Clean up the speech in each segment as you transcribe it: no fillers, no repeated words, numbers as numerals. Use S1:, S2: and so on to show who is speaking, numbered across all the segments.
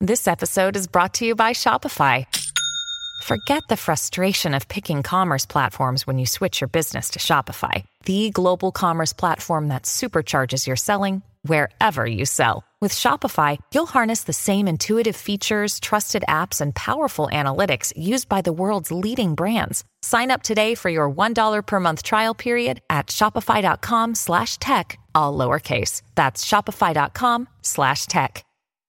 S1: This episode is brought to you by Shopify. Forget the frustration of picking commerce platforms when you switch your business to Shopify, the global commerce platform that supercharges your selling wherever you sell. With Shopify, you'll harness the same intuitive features, trusted apps, and powerful analytics used by the world's leading brands. Sign up today for your $1 per month trial period at shopify.com/tech, all lowercase. That's shopify.com/tech.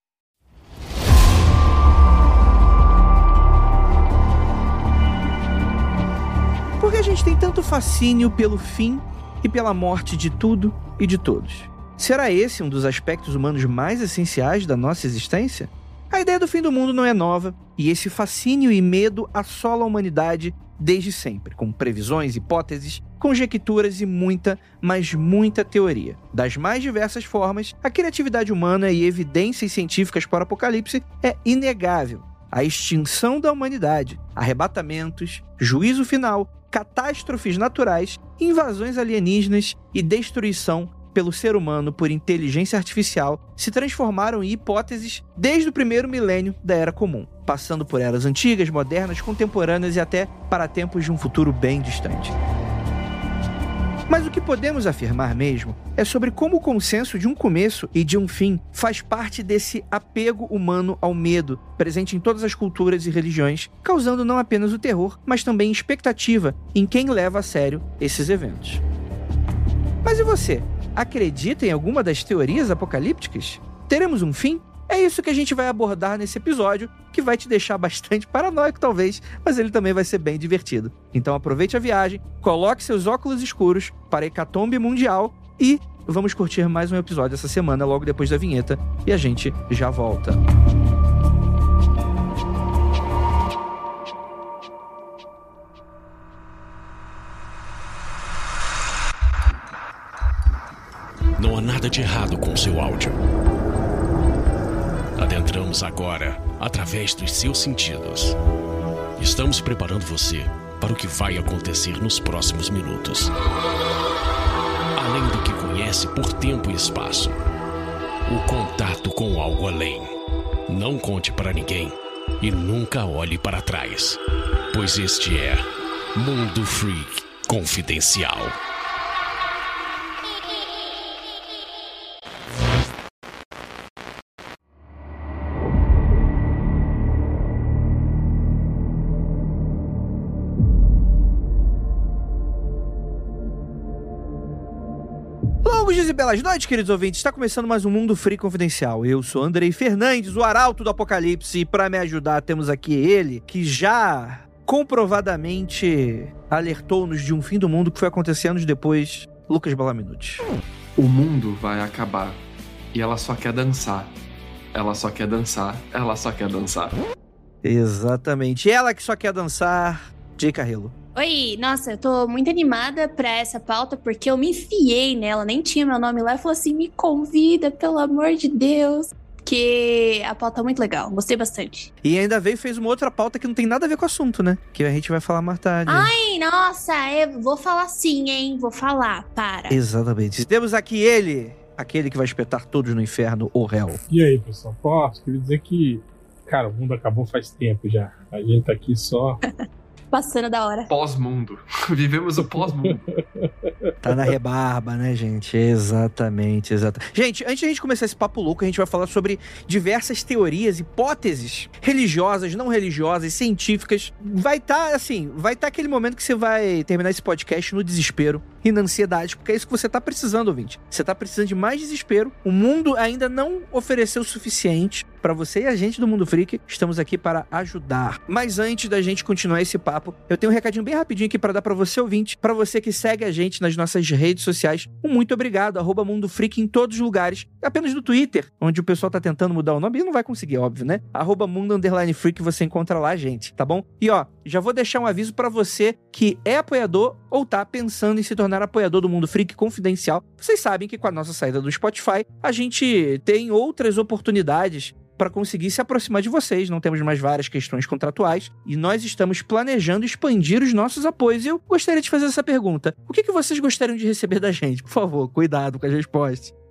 S2: Por que a gente tem tanto fascínio pelo fim e pela morte de tudo e de todos? Será esse um dos aspectos humanos mais essenciais da nossa existência? A ideia do fim do mundo não é nova, e esse fascínio e medo assola a humanidade desde sempre, com previsões, hipóteses, conjecturas e muita, mas muita teoria. Das mais diversas formas, a criatividade humana e evidências científicas para o apocalipse é inegável. A extinção da humanidade, arrebatamentos, juízo final, catástrofes naturais, invasões alienígenas e destruição pelo ser humano por inteligência artificial se transformaram em hipóteses desde o primeiro milênio da Era Comum, passando por eras antigas, modernas, contemporâneas e até para tempos de um futuro bem distante. Mas o que podemos afirmar mesmo é sobre como o consenso de um começo e de um fim faz parte desse apego humano ao medo, presente em todas as culturas e religiões, causando não apenas o terror, mas também expectativa em quem leva a sério esses eventos. Mas e você? Acredita em alguma das teorias apocalípticas? Teremos um fim? É isso que a gente vai abordar nesse episódio, que vai te deixar bastante paranoico talvez, mas ele também vai ser bem divertido. Então aproveite a viagem, coloque seus óculos escuros para a hecatombe mundial e vamos curtir mais um episódio essa semana, logo depois da vinheta, e a gente já volta.
S3: Não há nada de errado com o seu áudio. Adentramos agora através dos seus sentidos. Estamos preparando você para o que vai acontecer nos próximos minutos. Além do que conhece por tempo e espaço, o contato com algo além. Não conte para ninguém e nunca olhe para trás, pois este é Mundo Freak Confidencial.
S2: Longos dias e belas noites, queridos ouvintes. Está começando mais um Mundo Freak Confidencial. Eu sou Andrei Fernandes, o arauto do apocalipse, e para me ajudar temos aqui ele, que já comprovadamente alertou-nos de um fim do mundo que foi acontecer anos depois, Lucas Balaminuti.
S4: O mundo vai acabar e ela só quer dançar. Ela só quer dançar. Ela só quer dançar.
S2: Exatamente. Ela que só quer dançar, Jay Carrillo.
S5: Oi, nossa, eu tô muito animada pra essa pauta, porque eu me enfiei nela, nem tinha meu nome lá, e falou assim, me convida, pelo amor de Deus, que a pauta é muito legal, gostei bastante.
S2: E ainda veio e fez uma outra pauta que não tem nada a ver com o assunto, né? Que a gente vai falar mais tarde.
S5: Ai, nossa, eu vou falar sim, hein, vou falar, para.
S2: Exatamente. Temos aqui ele, aquele que vai espetar todos no inferno, o réu.
S6: E aí, pessoal, queria dizer que, cara, o mundo acabou faz tempo já, a gente tá aqui só...
S5: Passando da hora.
S4: Pós-mundo. Vivemos o pós-mundo.
S2: Tá na rebarba, né, gente? Exatamente. Gente, antes de a gente começar esse papo louco, a gente vai falar sobre diversas teorias, hipóteses religiosas, não religiosas, científicas. Vai tá aquele momento que você vai terminar esse podcast no desespero e na ansiedade, porque é isso que você tá precisando, ouvinte. Você tá precisando de mais desespero. O mundo ainda não ofereceu o suficiente para você e a gente do Mundo Freak. Estamos aqui para ajudar. Mas antes da gente continuar esse papo, eu tenho um recadinho bem rapidinho aqui para dar para você, ouvinte, para você que segue a gente nas nossas redes sociais. Um muito obrigado, @Mundo Freak em todos os lugares. Apenas no Twitter, onde o pessoal tá tentando mudar o nome e não vai conseguir, óbvio, né? @Mundo_Freak, você encontra lá a gente, tá bom? E ó, já vou deixar um aviso para você que é apoiador ou tá pensando em se tornar apoiador do Mundo Freak Confidencial. Vocês sabem que com a nossa saída do Spotify, a gente tem outras oportunidades para conseguir se aproximar de vocês. Não temos mais várias questões contratuais e nós estamos planejando expandir os nossos apoios. E eu gostaria de fazer essa pergunta: o que vocês gostariam de receber da gente? Por favor, cuidado com as respostas.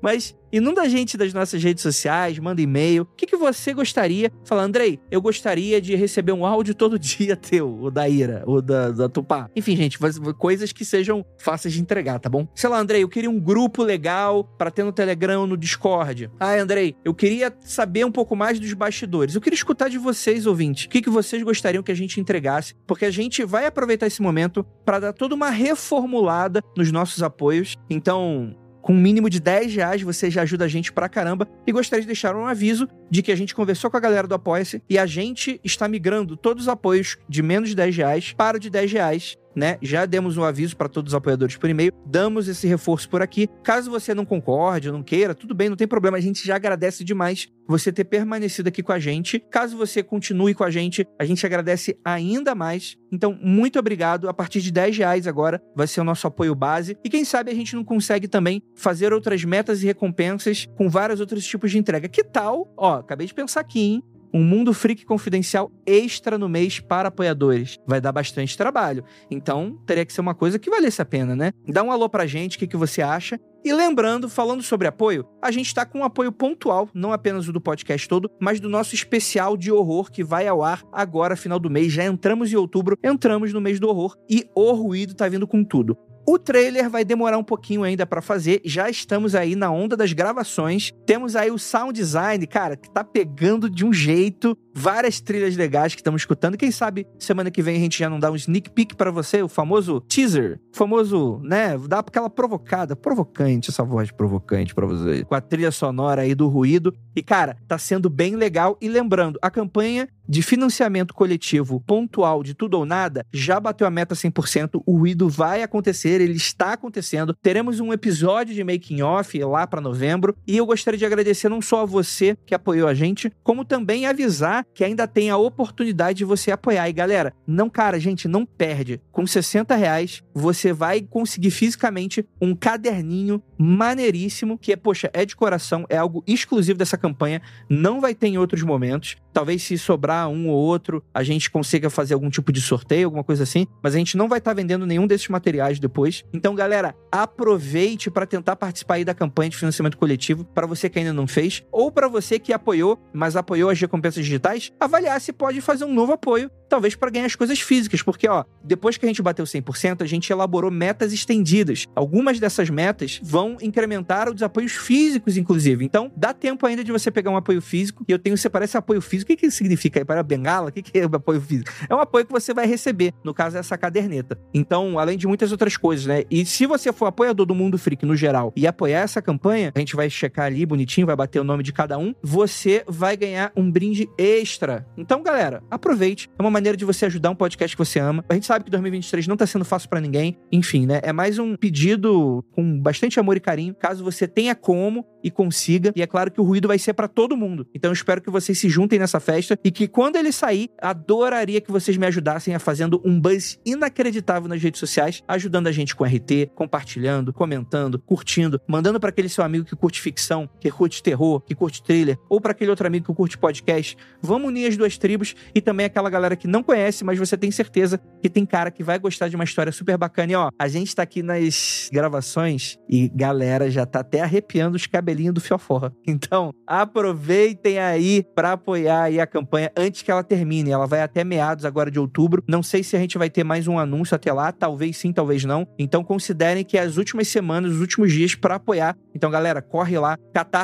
S2: Mas inunda a gente das nossas redes sociais, manda e-mail. O que você gostaria? Fala, Andrei, eu gostaria de receber um áudio todo dia teu, o da Ira, o da Tupá. Enfim, gente, coisas que sejam fáceis de entregar, tá bom? Sei lá, Andrei, eu queria um grupo legal pra ter no Telegram, no Discord. Ah, Andrei, eu queria saber um pouco mais dos bastidores. Eu queria escutar de vocês, ouvintes. O que vocês gostariam que a gente entregasse? Porque a gente vai aproveitar esse momento pra dar toda uma reformulada nos nossos apoios. Então, com um mínimo de R$10, você já ajuda a gente pra caramba. E gostaria de deixar um aviso de que a gente conversou com a galera do Apoia-se e a gente está migrando todos os apoios de menos de R$10 para o de R$10. Né? Já demos um aviso para todos os apoiadores por e-mail, damos esse reforço por aqui. Caso você não concorde, não queira, tudo bem, não tem problema, a gente já agradece demais você ter permanecido aqui com a gente. Caso você continue com a gente agradece ainda mais. Então, muito obrigado. A partir de R$10 agora vai ser o nosso apoio base. E quem sabe a gente não consegue também fazer outras metas e recompensas com vários outros tipos de entrega. Que tal? Ó, acabei de pensar aqui, hein? Um Mundo Freak Confidencial extra no mês para apoiadores. Vai dar bastante trabalho. Então, teria que ser uma coisa que valesse a pena, né? Dá um alô pra gente, o que você acha? E lembrando, falando sobre apoio, a gente tá com um apoio pontual, não apenas o do podcast todo, mas do nosso especial de horror que vai ao ar agora, final do mês. Já entramos em outubro, entramos no mês do horror e o Ruído tá vindo com tudo. O trailer vai demorar um pouquinho ainda pra fazer, já estamos aí na onda das gravações, temos aí o sound design, cara, que tá pegando de um jeito, várias trilhas legais que estamos escutando, quem sabe semana que vem a gente já não dá um sneak peek pra você, o famoso teaser, o famoso, né, dá aquela provocante, essa voz provocante pra você, com a trilha sonora aí do Ruído, e cara, tá sendo bem legal, e lembrando, a campanha de financiamento coletivo pontual de Tudo ou Nada já bateu a meta 100%, o Ruído vai acontecer, ele está acontecendo. Teremos um episódio de Making Off lá para novembro e eu gostaria de agradecer não só a você que apoiou a gente, como também avisar que ainda tem a oportunidade de você apoiar. E galera, gente, não perde. Com R$60 você vai conseguir fisicamente um caderninho maneiríssimo que é de coração, é algo exclusivo dessa campanha, não vai ter em outros momentos. Talvez se sobrar um ou outro, a gente consiga fazer algum tipo de sorteio, alguma coisa assim, mas a gente não vai estar vendendo nenhum desses materiais depois. Então, galera, aproveite para tentar participar aí da campanha de financiamento coletivo, para você que ainda não fez, ou para você que apoiou, mas apoiou as recompensas digitais, avaliar se pode fazer um novo apoio, talvez para ganhar as coisas físicas, porque, depois que a gente bateu 100%, a gente elaborou metas estendidas. Algumas dessas metas vão incrementar os apoios físicos, inclusive. Então, dá tempo ainda de você pegar um apoio físico, e eu tenho separado esse apoio físico. O que significa aí? Para a bengala? O que é o apoio físico? É um apoio que você vai receber, no caso, essa caderneta. Então, além de muitas outras coisas, né? E se você for apoiador do Mundo Freak no geral e apoiar essa campanha, a gente vai checar ali bonitinho, vai bater o nome de cada um, você vai ganhar um brinde extra. Então, galera, aproveite. É uma maneira de você ajudar um podcast que você ama. A gente sabe que 2023 não tá sendo fácil pra ninguém. Enfim, né? É mais um pedido com bastante amor e carinho, caso você tenha como e consiga. E é claro que o Ruído vai ser pra todo mundo. Então, eu espero que vocês se juntem nessa festa e que quando ele sair, adoraria que vocês me ajudassem a fazendo um buzz inacreditável nas redes sociais, ajudando a gente com RT, compartilhando, comentando, curtindo, mandando pra aquele seu amigo que curte ficção, que curte terror, que curte thriller, ou pra aquele outro amigo que curte podcast. Vamos unir as duas tribos e também aquela galera que não conhece, mas você tem certeza que tem cara que vai gostar de uma história super bacana. E a gente tá aqui nas gravações e galera já tá até arrepiando os cabelinhos do Fioforra. Então, aproveitem aí pra apoiar aí a campanha antes que ela termine. Ela vai até meados agora de outubro. Não sei se a gente vai ter mais um anúncio até lá, talvez sim, talvez não. Então considerem que as últimas semanas, os últimos dias pra apoiar. Então galera, corre lá,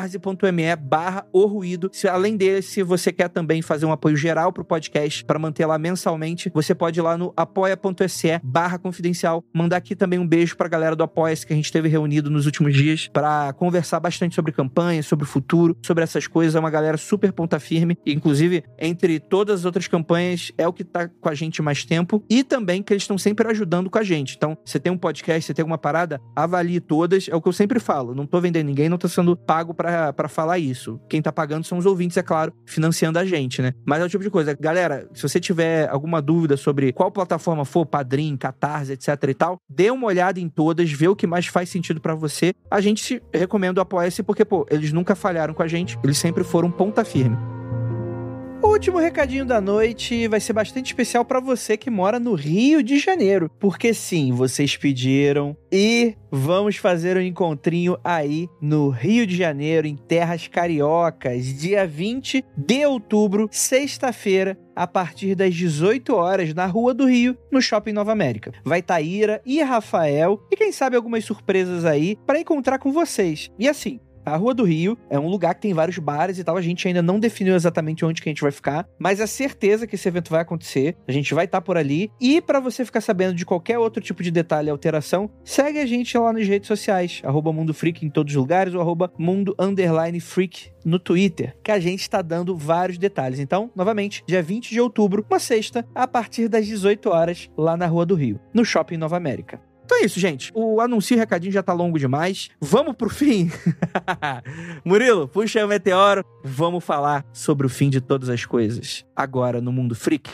S2: catarse.me/oruído. Além dele, se você quer também fazer um apoio geral pro podcast pra manter lá mensalmente, você pode ir lá no apoia.se/confidencial. Mandar aqui também um beijo pra galera do Apoia-se que a gente teve reunido nos últimos dias pra conversar bastante sobre campanha, sobre o futuro, sobre essas coisas. É uma galera super ponta firme. E, inclusive, entre todas as outras campanhas, é o que tá com a gente mais tempo. E também que eles estão sempre ajudando com a gente. Então, você tem um podcast, você tem alguma parada, avalie todas. É o que eu sempre falo. Não tô vendendo ninguém, não tô sendo pago pra falar isso. Quem tá pagando são os ouvintes, é claro, financiando a gente, né? Mas é o tipo de coisa. Galera, se você tiver alguma dúvida sobre qual plataforma for, Padrim, Catarse, etc e tal, dê uma olhada em todas, vê o que mais faz sentido pra você. A gente recomenda o Apoia-se porque, eles nunca falharam com a gente. Eles sempre foram ponta firme. O último recadinho da noite vai ser bastante especial pra você que mora no Rio de Janeiro, porque sim, vocês pediram e vamos fazer um encontrinho aí no Rio de Janeiro, em terras cariocas, dia 20 de outubro, sexta-feira, a partir das 18 horas, na Rua do Rio, no Shopping Nova América. Vai estar Ira e Rafael, e quem sabe algumas surpresas aí para encontrar com vocês. E assim, a Rua do Rio é um lugar que tem vários bares e tal, a gente ainda não definiu exatamente onde que a gente vai ficar, mas é certeza que esse evento vai acontecer, a gente vai estar por ali, e pra você ficar sabendo de qualquer outro tipo de detalhe e alteração, segue a gente lá nas redes sociais, @MundoFreak em todos os lugares, ou @Mundo_Freak no Twitter, que a gente está dando vários detalhes. Então, novamente, dia 20 de outubro, uma sexta, a partir das 18 horas, lá na Rua do Rio, no Shopping Nova América. Então é isso, gente. O anúncio e o recadinho já tá longo demais. Vamos pro fim? Murilo, puxa o meteoro. Vamos falar sobre o fim de todas as coisas. Agora no Mundo Freak.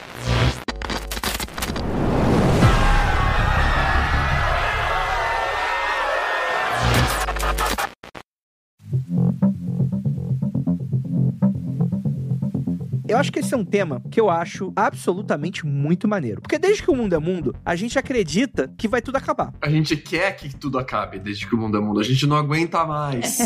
S2: Eu acho que esse é um tema que eu acho absolutamente muito maneiro. Porque desde que o mundo é mundo, a gente acredita que vai tudo acabar.
S4: A gente quer que tudo acabe desde que o mundo é mundo. A gente não aguenta mais.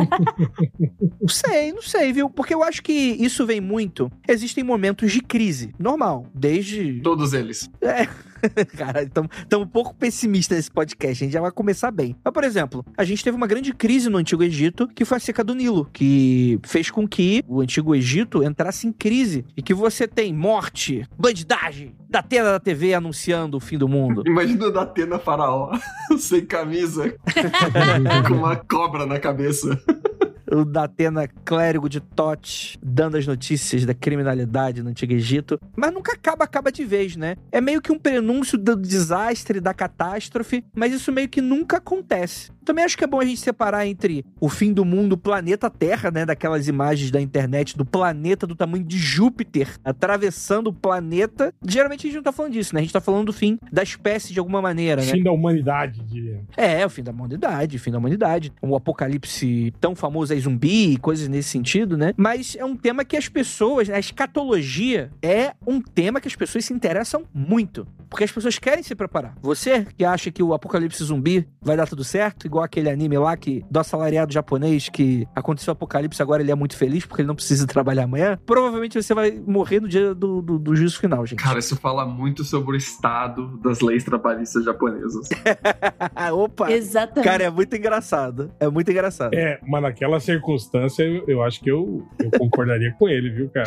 S2: Não sei, viu? Porque eu acho que isso vem muito... Existem momentos de crise. Normal. Desde...
S4: Todos eles.
S2: Cara, estamos um pouco pessimistas nesse podcast, a gente já vai começar bem. Mas, por exemplo, a gente teve uma grande crise no Antigo Egito, que foi a seca do Nilo, que fez com que o Antigo Egito entrasse em crise, e que você tem morte, bandidagem, Datena da TV anunciando o fim do mundo.
S4: Imagina o Datena faraó, sem camisa, com uma cobra na cabeça.
S2: O Datena clérigo de Tote, dando as notícias da criminalidade no Antigo Egito. Mas nunca acaba de vez, né? É meio que um prenúncio do desastre, da catástrofe, mas isso meio que nunca acontece. Também acho que é bom a gente separar entre o fim do mundo, o planeta Terra, né? Daquelas imagens da internet do planeta do tamanho de Júpiter atravessando o planeta. Geralmente a gente não tá falando disso, né? A gente tá falando do fim da espécie de alguma maneira, né?
S6: Fim da humanidade, diria.
S2: O fim da humanidade. O apocalipse tão famoso aí, zumbi, coisas nesse sentido, né? Mas é um tema que as pessoas, a escatologia é um tema que as pessoas se interessam muito. Porque as pessoas querem se preparar. Você que acha que o apocalipse zumbi vai dar tudo certo, igual aquele anime lá que, do assalariado japonês, que aconteceu o apocalipse, agora ele é muito feliz porque ele não precisa trabalhar amanhã, provavelmente você vai morrer no dia do juízo final, gente.
S4: Cara, isso fala muito sobre o estado das leis trabalhistas japonesas.
S2: Opa!
S5: Exatamente.
S2: Cara, é muito engraçado. É muito engraçado.
S6: Mas naquela circunstância, eu acho que eu concordaria com ele, viu, cara?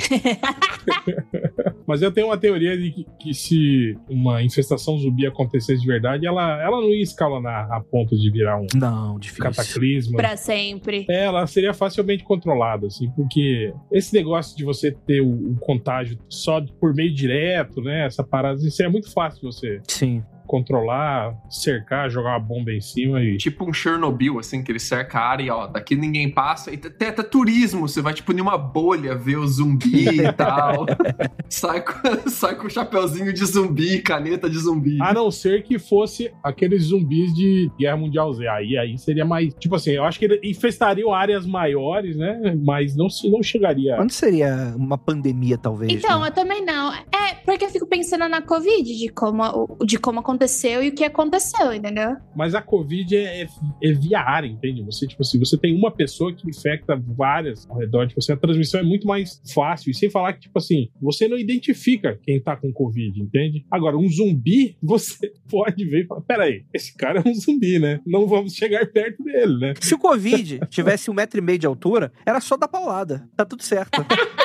S6: Mas eu tenho uma teoria de que se uma infestação zumbi acontecesse de verdade, ela não ia escalonar a ponto de virar um
S2: difícil.
S6: Cataclisma.
S5: Pra sempre.
S6: Ela seria facilmente controlada, assim, porque esse negócio de você ter o contágio só por meio direto, né? Essa parada, isso é muito fácil de você...
S2: Sim.
S6: Controlar, cercar, jogar uma bomba em cima e...
S4: Tipo um Chernobyl, assim, que ele cerca a área e, ó, daqui ninguém passa. E até turismo, você vai, tipo, numa bolha ver o zumbi e tal. sai com o chapeuzinho de zumbi, caneta de zumbi.
S6: A não ser que fosse aqueles zumbis de Guerra Mundial Z. Aí seria mais... Tipo assim, eu acho que ele infestariam áreas maiores, né? Mas não chegaria...
S2: Onde seria uma pandemia, talvez?
S5: Então,
S2: né?
S5: eu também não. Porque eu fico pensando na Covid, de como aconteceu e o que aconteceu, entendeu?
S6: Mas a Covid é via ar, entende? Você, tipo assim, você tem uma pessoa que infecta várias ao redor de você, a transmissão é muito mais fácil. E sem falar que, tipo assim, você não identifica quem tá com Covid, entende? Agora, um zumbi, você pode ver e falar, peraí, esse cara é um zumbi, né? Não vamos chegar perto dele, né?
S2: Se o Covid tivesse 1,5 metro de altura, era só dar paulada. Tá tudo certo.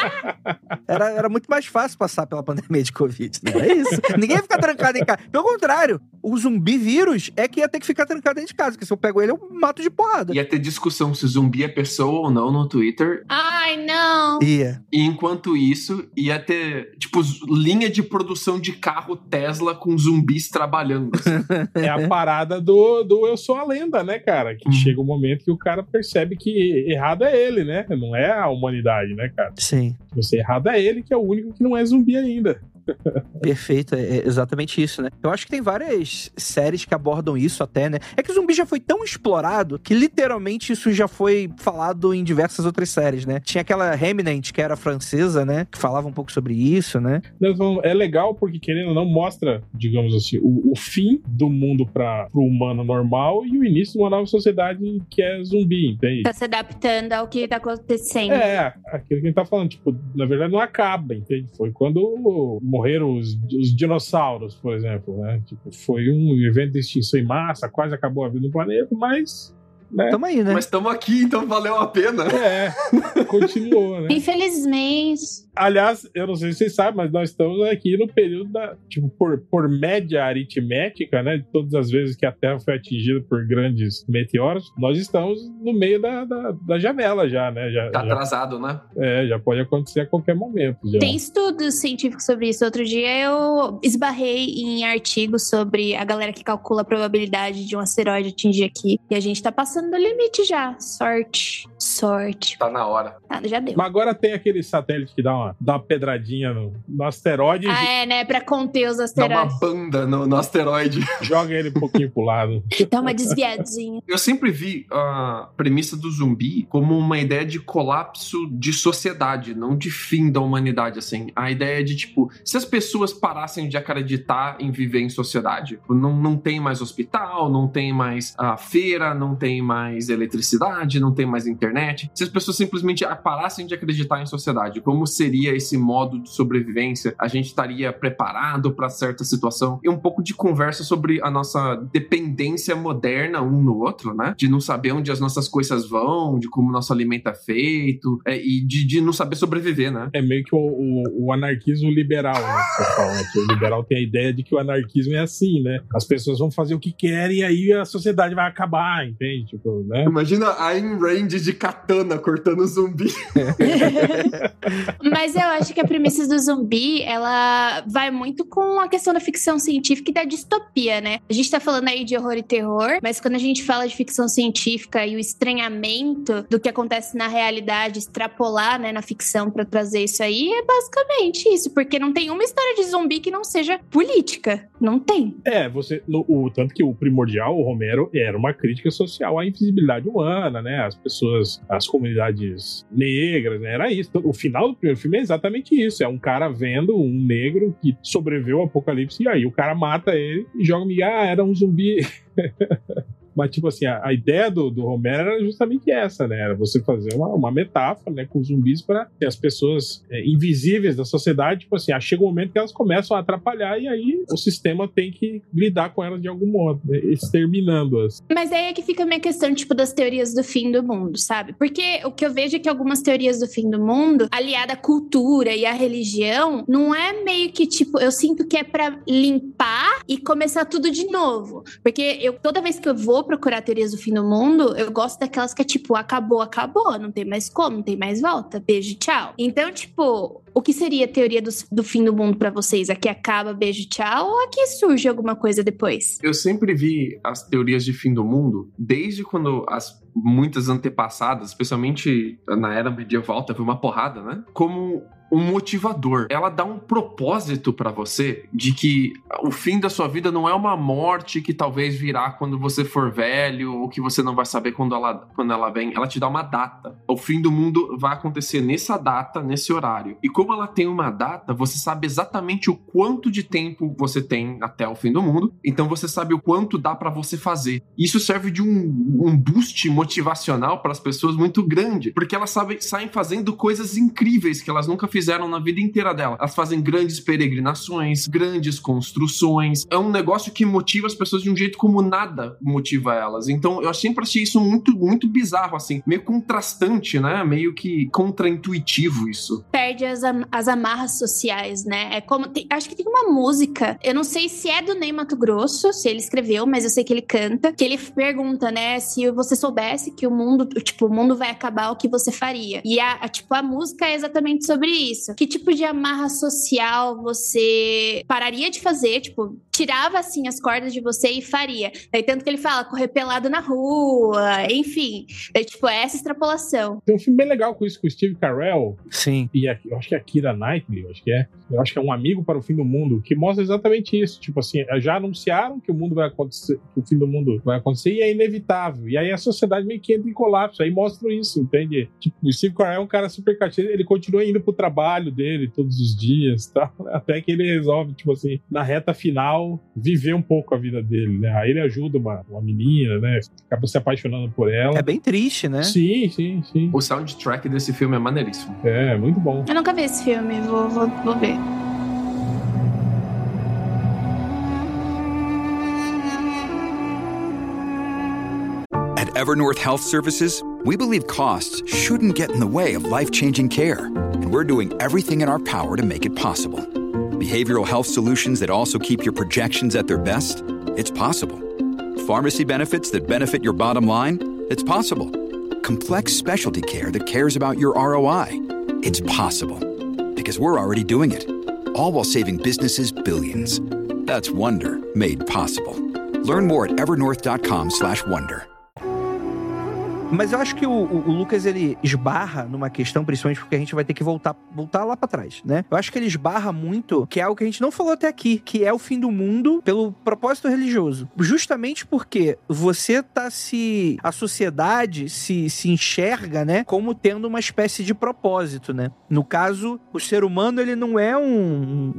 S2: Era muito mais fácil passar pela pandemia de Covid, né? É isso. Ninguém ia ficar trancado em casa. Pelo contrário, o zumbi vírus é que ia ter que ficar trancado dentro de casa, porque se eu pego ele, eu mato de porrada.
S4: Ia ter discussão se zumbi é pessoa ou não no Twitter.
S5: Ai, não!
S2: Ia.
S4: E enquanto isso, ia ter, tipo, linha de produção de carro Tesla com zumbis trabalhando. Assim.
S6: É a parada do Eu Sou a Lenda, né, cara? Que chega um momento que o cara percebe que errado é ele, né? Não é a humanidade, né, cara?
S2: Sim.
S6: Você errado é ele, que é o único que não é zumbi ainda.
S2: Perfeito, é exatamente isso, né? Eu acho que tem várias séries que abordam isso até, né? É que o zumbi já foi tão explorado que literalmente isso já foi falado em diversas outras séries, né? Tinha aquela Remnant, que era francesa, né? Que falava um pouco sobre isso, né?
S6: É legal porque, querendo ou não, mostra, digamos assim, o fim do mundo pro humano normal e o início de uma nova sociedade que é zumbi, entende?
S5: Tá se adaptando ao que tá acontecendo.
S6: Aquilo que a gente tá falando, tipo, na verdade não acaba, entende? Foi quando morreram os dinossauros, por exemplo, né? Tipo, foi um evento de extinção em massa, quase acabou a vida no planeta, mas... né?
S2: Tamo aí, né?
S4: Mas tamo aqui, então valeu a pena.
S6: Continuou, né?
S5: Infelizmente.
S6: Aliás, eu não sei se vocês sabem, mas nós estamos aqui no período da... Tipo, por média aritmética, né? De todas as vezes que a Terra foi atingida por grandes meteoros, nós estamos no meio da janela já, né?
S4: Tá atrasado, né?
S6: Já pode acontecer a qualquer momento. Já.
S5: Tem estudos científicos sobre isso. Outro dia eu esbarrei em artigos sobre a galera que calcula a probabilidade de um asteroide atingir aqui. E a gente tá passando do limite já. Sorte.
S4: Tá na hora.
S5: Já deu.
S6: Mas agora tem aquele satélite que dá uma pedradinha no asteroide.
S5: Né? Pra conter os
S4: Dá
S5: asteroides.
S4: uma banda no asteroide.
S6: Joga ele um pouquinho pro lado.
S5: Dá uma desviadinha.
S4: Eu sempre vi a premissa do zumbi como uma ideia de colapso de sociedade, não de fim da humanidade, assim. A ideia de, tipo, se as pessoas parassem de acreditar em viver em sociedade, não tem mais hospital, não tem mais feira, não tem mais eletricidade, não tem mais internet. Se as pessoas simplesmente parassem de acreditar em sociedade, como seria esse modo de sobrevivência? A gente estaria preparado para certa situação? E um pouco de conversa sobre a nossa dependência moderna um no outro, né? De não saber onde as nossas coisas vão, de como o nosso alimento é feito, e de não saber sobreviver, né?
S6: É meio que o anarquismo liberal, né? Que você fala, né? Que o liberal tem a ideia de que o anarquismo é assim, né? As pessoas vão fazer o que querem e aí a sociedade vai acabar, entende? Tipo, né?
S4: Imagina a Ayn Rand de katana cortando zumbi.
S5: Mas eu acho que a premissa do zumbi, ela vai muito com a questão da ficção científica e da distopia, né? A gente tá falando aí de horror e terror, mas quando a gente fala de ficção científica e o estranhamento do que acontece na realidade, extrapolar, né, na ficção pra trazer isso aí, é basicamente isso, porque não tem uma história de zumbi que não seja política. Não tem.
S6: Tanto que o primordial, o Romero, era uma crítica social à invisibilidade humana, né? As pessoas, as comunidades negras, né? Era isso. O final do primeiro filme é exatamente isso. É um cara vendo um negro que sobreviveu ao apocalipse e aí o cara mata ele e joga era um zumbi. Mas, tipo assim, a ideia do Romero era justamente essa, né? Era você fazer uma metáfora, né, com zumbis para as pessoas invisíveis da sociedade, tipo assim, chega um momento que elas começam a atrapalhar e aí o sistema tem que lidar com elas de algum modo, né, exterminando-as.
S5: Mas aí é que fica a minha questão, tipo, das teorias do fim do mundo, sabe? Porque o que eu vejo é que algumas teorias do fim do mundo, aliada à cultura e à religião, não é meio que, tipo, eu sinto que é pra limpar e começar tudo de novo. Porque toda vez que eu vou procurar teorias do fim do mundo, eu gosto daquelas que é tipo, acabou, não tem mais como, não tem mais volta, beijo, tchau. Então, tipo, o que seria a teoria do fim do mundo pra vocês? Aqui acaba, beijo, tchau, ou aqui surge alguma coisa depois?
S4: Eu sempre vi as teorias de fim do mundo, desde quando muitas antepassadas, especialmente na era medieval, teve uma porrada, né? Como um motivador. Ela dá um propósito pra você de que o fim da sua vida não é uma morte que talvez virá quando você for velho ou que você não vai saber quando ela vem. Ela te dá uma data. O fim do mundo vai acontecer nessa data, nesse horário. E como ela tem uma data, você sabe exatamente o quanto de tempo você tem até o fim do mundo. Então você sabe o quanto dá pra você fazer. Isso serve de um boost motivacional para as pessoas muito grande, porque elas saem fazendo coisas incríveis que elas nunca fizeram na vida inteira dela. Elas fazem grandes peregrinações, grandes construções. É um negócio que motiva as pessoas de um jeito como nada motiva elas. Então eu sempre achei isso muito, muito bizarro, assim, meio contrastante, né? Meio que contraintuitivo isso.
S5: Perde as amarras sociais, né? É como acho que tem uma música, eu não sei se é do Ney Matogrosso, se ele escreveu, mas eu sei que ele canta, que ele pergunta, né, se você soubesse que o mundo vai acabar, o que você faria? E a música é exatamente sobre isso. isso. Que tipo de amarra social você pararia de fazer? Tipo, tirava assim as cordas de você e faria. Daí tanto que ele fala, correr pelado na rua, enfim. Daí, tipo, é essa extrapolação.
S6: Tem um filme bem legal com isso, com o Steve Carell.
S2: Sim.
S6: E eu acho que é a Keira Knightley, eu acho que é Um Amigo para o Fim do Mundo, que mostra exatamente isso. Tipo assim, já anunciaram que o mundo vai acontecer, que o fim do mundo vai acontecer e é inevitável. E aí a sociedade meio que entra em colapso. Aí mostram isso, entende? Tipo, o Steve Carell é um cara super cativo, ele continua indo pro trabalho dele todos os dias, tá? Até que ele resolve, tipo assim, na reta final, viver um pouco a vida dele, né? Aí ele ajuda uma menina, né? Acaba se apaixonando por ela.
S2: É bem triste, né?
S6: Sim.
S4: O soundtrack desse filme é maneiríssimo.
S6: É, muito bom.
S5: Eu nunca vi esse filme, vou ver.
S7: At Evernorth Health Services, we believe costs shouldn't get in the way of life-changing care, and we're doing everything in our power to make it possible. Behavioral health solutions that also keep your projections at their best? It's possible. Pharmacy benefits that benefit your bottom line? It's possible. Complex specialty care that cares about your ROI? It's possible. Because we're already doing it. All while saving businesses billions. That's Wonder made possible. Learn more at evernorth.com/wonder.
S2: Mas eu acho que o Lucas, ele esbarra numa questão, principalmente porque a gente vai ter que voltar lá pra trás, né? Eu acho que ele esbarra muito, que é algo que a gente não falou até aqui, que é o fim do mundo pelo propósito religioso. Justamente porque a sociedade se enxerga, né, como tendo uma espécie de propósito, né? No caso, o ser humano, ele não é um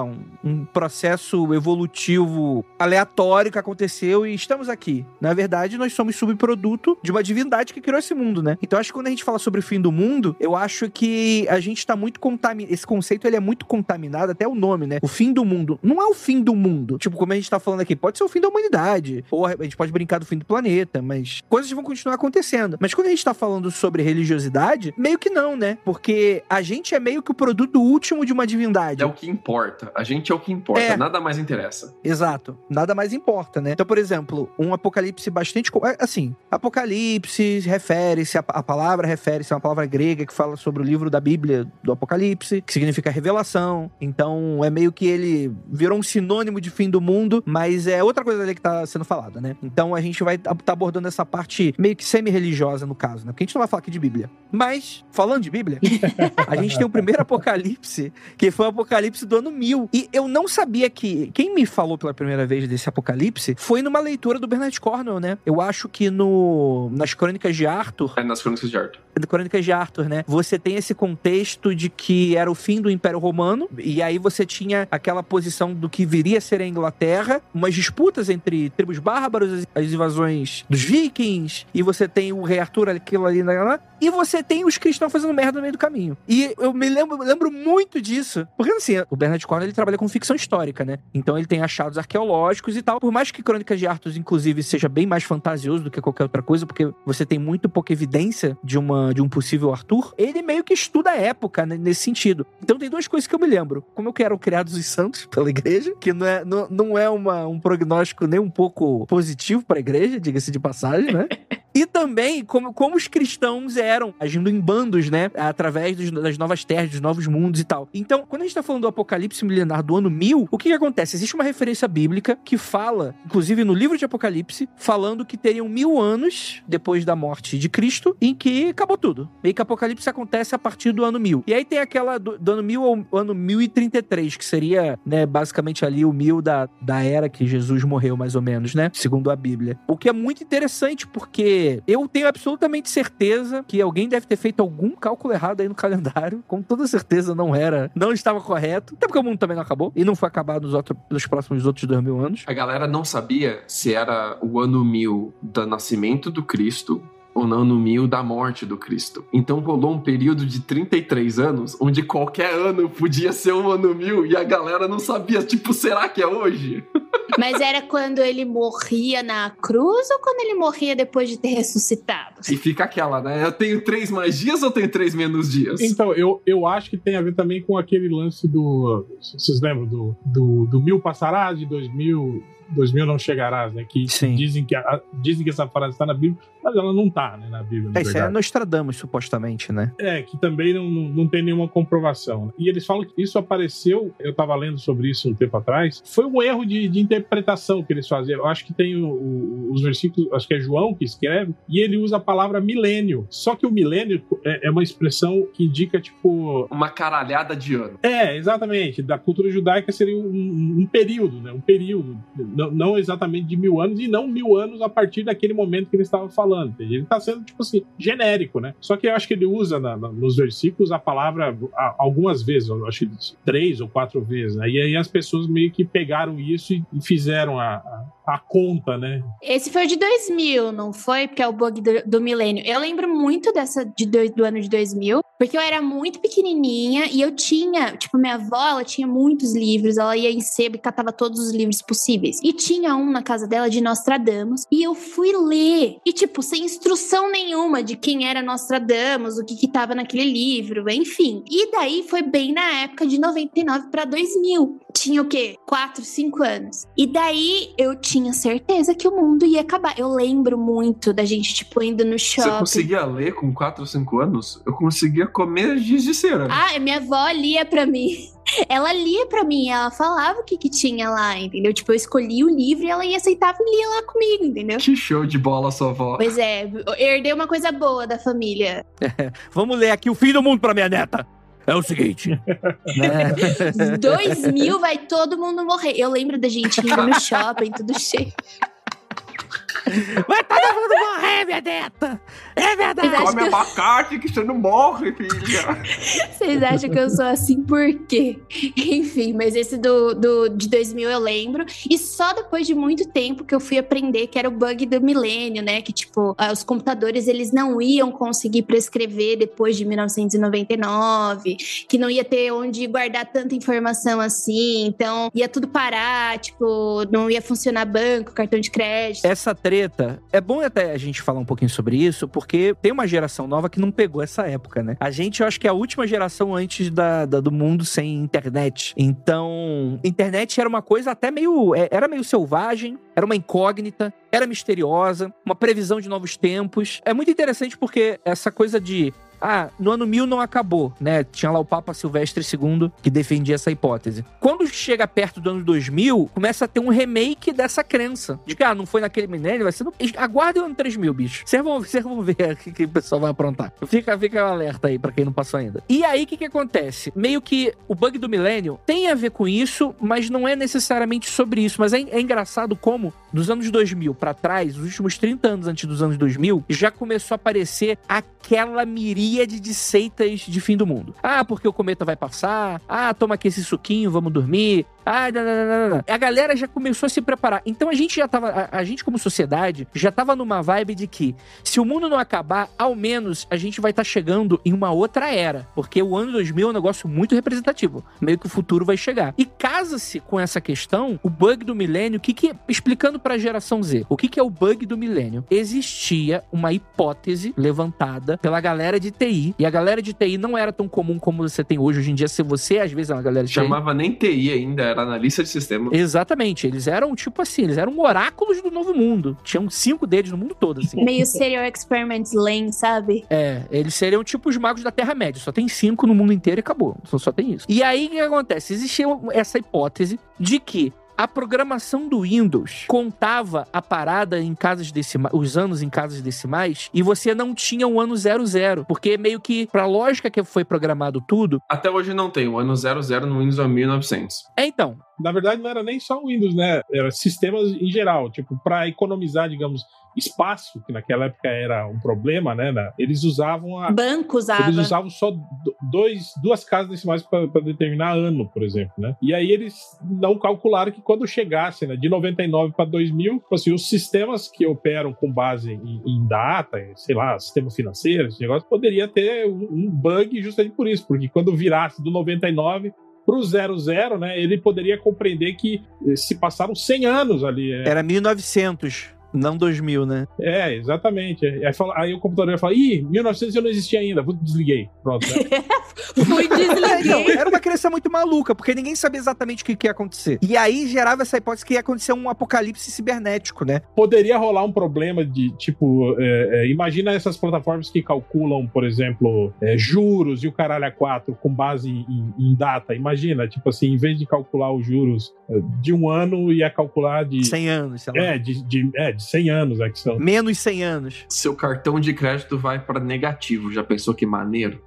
S2: processo evolutivo aleatório que aconteceu e estamos aqui. Na verdade, nós somos subproduto de uma divindade que criou esse mundo, né? Então, acho que quando a gente fala sobre o fim do mundo, eu acho que a gente tá muito contaminado. Esse conceito, ele é muito contaminado, até o nome, né? O fim do mundo. Não é o fim do mundo. Tipo, como a gente tá falando aqui, pode ser o fim da humanidade. Ou a gente pode brincar do fim do planeta, mas coisas vão continuar acontecendo. Mas quando a gente tá falando sobre religiosidade, meio que não, né? Porque a gente é meio que o produto último de uma divindade.
S4: É o que importa. A gente é o que importa. Nada mais interessa.
S2: Exato. Nada mais importa, né? Então, por exemplo, um apocalipse bastante... Assim, apocalipse refere-se, a palavra refere-se a uma palavra grega que fala sobre o livro da Bíblia do Apocalipse, que significa revelação. Então, é meio que ele virou um sinônimo de fim do mundo, mas é outra coisa ali que tá sendo falada, né? Então, a gente vai tá abordando essa parte meio que semi-religiosa, no caso, né? Porque a gente não vai falar aqui de Bíblia. Mas, falando de Bíblia, a gente tem o primeiro apocalipse, que foi o apocalipse do ano 1000. E eu não sabia que... Quem me falou pela primeira vez desse apocalipse foi numa leitura do Bernard Cornwell, né? Eu acho que nas Crônicas de Arthur...
S4: Nas Crônicas de Arthur.
S2: Crônicas de Arthur, né? Você tem esse contexto de que era o fim do Império Romano, e aí você tinha aquela posição do que viria a ser a Inglaterra, umas disputas entre tribos bárbaros, as invasões dos vikings, e você tem o rei Arthur, aquilo ali, e você tem os cristãos fazendo merda no meio do caminho. E eu me lembro muito disso, porque assim, o Bernard Cornwell, ele trabalha com ficção histórica, né? Então ele tem achados arqueológicos e tal, por mais que Crônicas de Arthur, inclusive, seja bem mais fantasioso do que qualquer outra coisa, porque você tem muito pouca evidência de um possível Arthur, ele meio que estuda a época, né, nesse sentido. Então tem duas coisas que eu me lembro. Como eram criados os santos pela igreja, que não é um prognóstico nem um pouco positivo para a igreja, diga-se de passagem, né? E também como os cristãos eram, agindo em bandos, né? Através das novas terras, dos novos mundos e tal. Então, quando a gente tá falando do apocalipse milenar do ano 1000, o que acontece? Existe uma referência bíblica que fala, inclusive no livro de Apocalipse, falando que teriam 1000 anos depois da morte de Cristo, em que acabou tudo. Meio que Apocalipse acontece a partir do ano 1000. E aí tem aquela do ano 1000 ao ano 1033, que seria, né, basicamente ali o 1000 da era que Jesus morreu, mais ou menos, né? Segundo a Bíblia. O que é muito interessante, porque eu tenho absolutamente certeza que alguém deve ter feito algum cálculo errado aí no calendário. Com toda certeza não estava correto. Até porque o mundo também não acabou. E não foi acabar nos próximos outros 2000 anos.
S4: A galera não sabia se era o ano 1000 do nascimento do Cristo ou no ano 1000 da morte do Cristo. Então rolou um período de 33 anos, onde qualquer ano podia ser o ano 1000 e a galera não sabia, tipo, será que é hoje?
S5: Mas era quando ele morria na cruz ou quando ele morria depois de ter ressuscitado?
S4: E fica aquela, né? Eu tenho 3 mais dias ou tenho 3 menos dias?
S6: Então, eu acho que tem a ver também com aquele lance do... Vocês lembram do 1000 passará de 2000... 2000 não chegarás, né? Que
S2: Sim.
S6: dizem que essa frase está na Bíblia, mas ela não tá, né, na Bíblia.
S2: Isso é Nostradamus, supostamente, né?
S6: Que também não tem nenhuma comprovação. Né? E eles falam que isso apareceu, eu estava lendo sobre isso um tempo atrás, foi um erro de interpretação que eles faziam. Eu acho que tem os versículos, acho que é João que escreve, e ele usa a palavra milênio. Só que o milênio é uma expressão que indica, tipo...
S4: uma caralhada de ano.
S6: Exatamente. Da cultura judaica seria um período, né? Um período. Não exatamente de 1000 anos, e não 1000 anos a partir daquele momento que ele estava falando. Ele está sendo, tipo assim, genérico, né? Só que eu acho que ele usa nos versículos a palavra algumas vezes, eu acho que 3 ou 4 vezes, né? E aí as pessoas meio que pegaram isso e fizeram a conta, né?
S5: Esse foi o de 2000, não foi? Porque é o bug do milênio. Eu lembro muito do ano de 2000, porque eu era muito pequenininha e eu tinha, tipo, minha avó, ela tinha muitos livros, ela ia em sebo e catava todos os livros possíveis. E tinha um na casa dela de Nostradamus, e eu fui ler. E, tipo, sem instrução nenhuma de quem era Nostradamus, o que tava naquele livro, enfim. E daí foi bem na época de 99 pra 2000. Tinha o quê? 4, 5 anos. E daí eu tinha certeza que o mundo ia acabar. Eu lembro muito da gente, tipo, indo no shopping.
S4: Você conseguia ler com 4 ou 5 anos? Eu conseguia comer giz de cera.
S5: Minha avó lia pra mim. Ela lia pra mim, ela falava o que tinha lá, entendeu? Tipo, eu escolhia o livro e ela ia aceitar e lia lá comigo, entendeu?
S4: Que show de bola, sua avó.
S5: Pois é, eu herdei uma coisa boa da família.
S2: Vamos ler aqui o fim do mundo pra minha neta. É o seguinte.
S5: 2000 vai todo mundo morrer. Eu lembro da gente indo no shopping, tudo cheio.
S2: Vai todo mundo morrer, minha neta! É verdade!
S4: Come abacate que você não morre, filha!
S5: Vocês acham que eu sou assim por quê? Enfim, mas esse de 2000 eu lembro. E só depois de muito tempo que eu fui aprender que era o bug do milênio, né? Que, tipo, os computadores, eles não iam conseguir prescrever depois de 1999. Que não ia ter onde guardar tanta informação assim. Então, ia tudo parar. Tipo, não ia funcionar banco, cartão de crédito.
S2: Essa treta, é bom até a gente falar um pouquinho sobre isso, porque tem uma geração nova que não pegou essa época, né? A gente, eu acho que é a última geração antes do mundo sem internet. Então, internet era uma coisa até era meio selvagem, era uma incógnita, era misteriosa, uma previsão de novos tempos. É muito interessante porque essa coisa de... no ano 1000 não acabou, né? Tinha lá o Papa Silvestre II que defendia essa hipótese. Quando chega perto do ano 2000, começa a ter um remake dessa crença. De que, não foi naquele milênio, vai ser no... Aguardem o ano 3000, bicho. Vocês vão ver o que o pessoal vai aprontar. Fica alerta aí pra quem não passou ainda. E aí, o que acontece? Meio que o bug do milênio tem a ver com isso, mas não é necessariamente sobre isso. Mas é engraçado como, dos anos 2000 pra trás, os últimos 30 anos antes dos anos 2000, já começou a aparecer aquela miríade de seitas de fim do mundo. Porque o cometa vai passar. Toma aqui esse suquinho, vamos dormir. Não. A galera já começou a se preparar. Então a gente como sociedade, já tava numa vibe de que, se o mundo não acabar, ao menos a gente vai estar chegando em uma outra era. Porque o ano 2000 é um negócio muito representativo. Meio que o futuro vai chegar. E casa-se com essa questão, o bug do milênio, explicando pra geração Z, o que é o bug do milênio? Existia uma hipótese levantada pela galera de TI, e a galera de TI não era tão comum como você tem hoje em dia. Se você, às vezes, é uma galera de TI...
S4: Chamava nem TI ainda, era analista de sistemas.
S2: Exatamente, eles eram tipo assim, eles eram oráculos do novo mundo. Tinham 5 deles no mundo todo, assim.
S5: Meio Serial Experiments Lane, sabe?
S2: Eles seriam tipo os magos da Terra-média, só tem 5 no mundo inteiro e acabou, só tem isso. E aí, o que acontece? Existia essa hipótese de que a programação do Windows contava a parada em casas decimais, os anos em casas decimais, e você não tinha um ano 00, porque meio que, pra lógica que foi programado tudo...
S4: Até hoje não tem, o ano 00 no Windows é 1900.
S2: Então...
S6: Na verdade, não era nem só o Windows, né? Era sistemas em geral, tipo, pra economizar, digamos, espaço, que naquela época era um problema, né? Eles usavam
S5: Banco usava.
S6: Eles usavam só duas casas decimais para determinar ano, por exemplo, né? E aí eles não calcularam que quando chegasse, né, de 99 para 2000, assim, os sistemas que operam com base em data, sei lá, sistema financeiro, esse negócio, poderia ter um bug justamente por isso, porque quando virasse do 99 pro 00, né, ele poderia compreender que se passaram 100 anos ali.
S2: Era 1900. Não 2000, né?
S6: Exatamente. Aí o computador ia falar, 1900 eu não existia ainda, desliguei. Pronto, né?
S5: Fui desliguei.
S2: Era uma criança muito maluca, porque ninguém sabia exatamente o que ia acontecer. E aí gerava essa hipótese que ia acontecer um apocalipse cibernético, né?
S6: Poderia rolar um problema de, tipo, imagina essas plataformas que calculam, por exemplo, juros e o caralho a 4 com base em data. Imagina, tipo assim, em vez de calcular os juros de um ano, ia calcular de
S2: 100 anos, sei lá.
S6: De 100 anos, que são.
S2: Menos 100 anos.
S4: Seu cartão de crédito vai pra negativo. Já pensou que maneiro?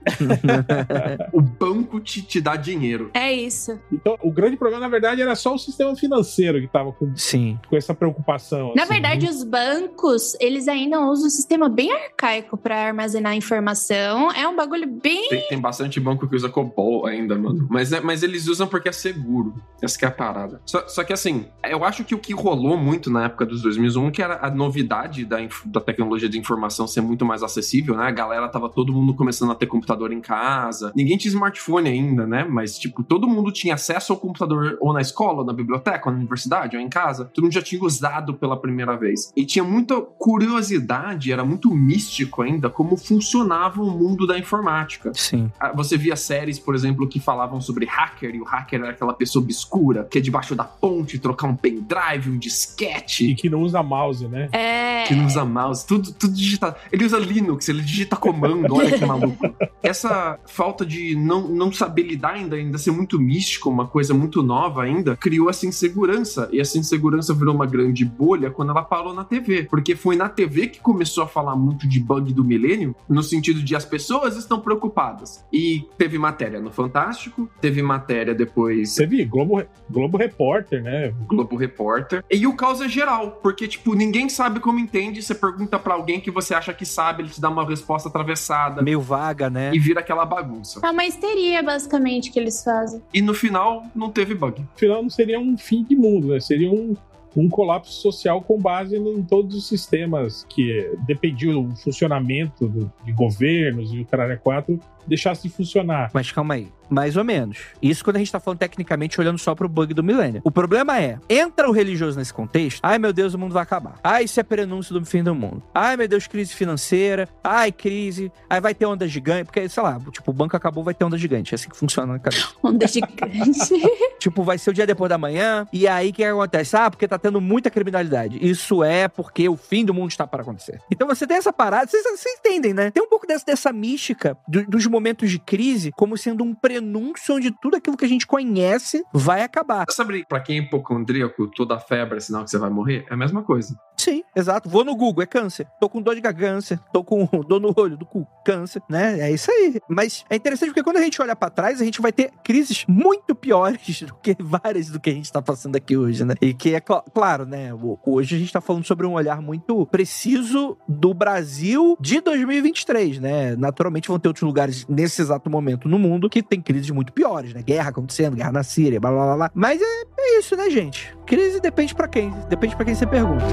S4: O banco te dá dinheiro.
S5: É isso.
S6: Então, o grande problema, na verdade, era só o sistema financeiro que tava com essa preocupação.
S5: Na
S6: assim,
S5: verdade, os bancos, eles ainda usam um sistema bem arcaico pra armazenar informação. É um bagulho bem...
S4: Tem bastante banco que usa COBOL ainda, mano. Mas eles usam porque é seguro. Essa que é a parada. Só que assim, eu acho que o que rolou muito na época dos 2001, que era a novidade da tecnologia de informação ser muito mais acessível, né? A galera tava todo mundo começando a ter computador em casa. Ninguém tinha smartphone ainda, né? Mas, tipo, todo mundo tinha acesso ao computador ou na escola, ou na biblioteca, ou na universidade, ou em casa. Todo mundo já tinha usado pela primeira vez. E tinha muita curiosidade, era muito místico ainda, como funcionava o mundo da informática.
S2: Sim.
S4: Você via séries, por exemplo, que falavam sobre hacker, e o hacker era aquela pessoa obscura, que é debaixo da ponte, trocar um pendrive, um disquete.
S6: E que não usa mouse, né?
S4: Que não usa mouse, tudo digitado. Ele usa Linux, ele digita comando, olha que maluco. Essa falta de não saber lidar ainda ser muito místico, uma coisa muito nova ainda, criou essa insegurança. E essa insegurança virou uma grande bolha quando ela parou na TV. Porque foi na TV que começou a falar muito de bug do milênio, no sentido de as pessoas estão preocupadas. E teve matéria no Fantástico, teve matéria depois...
S6: Teve Globo Repórter, né?
S4: Globo Repórter. E o caos é geral, porque, tipo, ninguém sabe como entende, você pergunta pra alguém que você acha que sabe, ele te dá uma resposta atravessada.
S2: Meio vaga, né?
S4: E vira aquela bagunça.
S5: É uma histeria, basicamente, que eles fazem.
S4: E no final, não teve bug.
S6: No final não seria um fim de mundo, né? Seria um colapso social com base em todos os sistemas que dependiam do funcionamento de governos e o caralho 4 deixasse de funcionar.
S2: Mas calma aí, mais ou menos. Isso quando a gente tá falando tecnicamente, olhando só pro bug do milênio. O problema é, entra o religioso nesse contexto, ai meu Deus, o mundo vai acabar. Ai, isso é prenúncio do fim do mundo. Ai meu Deus, crise financeira. Ai, crise. Aí vai ter onda gigante, porque, sei lá, tipo, o banco acabou, vai ter onda gigante. É assim que funciona na cabeça.
S5: Onda gigante.
S2: Tipo, vai ser o dia depois da manhã, e aí o que acontece? Porque tá tendo muita criminalidade. Isso é porque o fim do mundo está para acontecer. Então você tem essa parada, vocês entendem, né? Tem um pouco dessa mística dos momentos de crise como sendo um prenúncio onde tudo aquilo que a gente conhece vai acabar.
S4: Sabe, pra quem é hipocondríaco, toda febre é sinal que você vai morrer? É a mesma coisa.
S2: Sim, exato. Vou no Google, é câncer. Tô com dor de garganta, tô com dor no olho, do cu, câncer, né? É isso aí. Mas é interessante porque quando a gente olha pra trás, a gente vai ter crises muito piores do que várias do que a gente tá passando aqui hoje, né? E que é claro, né? Hoje a gente tá falando sobre um olhar muito preciso do Brasil de 2023, né? Naturalmente vão ter outros lugares nesse exato momento no mundo que tem crises muito piores, né? Guerra acontecendo, guerra na Síria, blá blá blá blá. Mas é isso, né, gente? Crise depende pra quem? Depende pra quem você pergunta.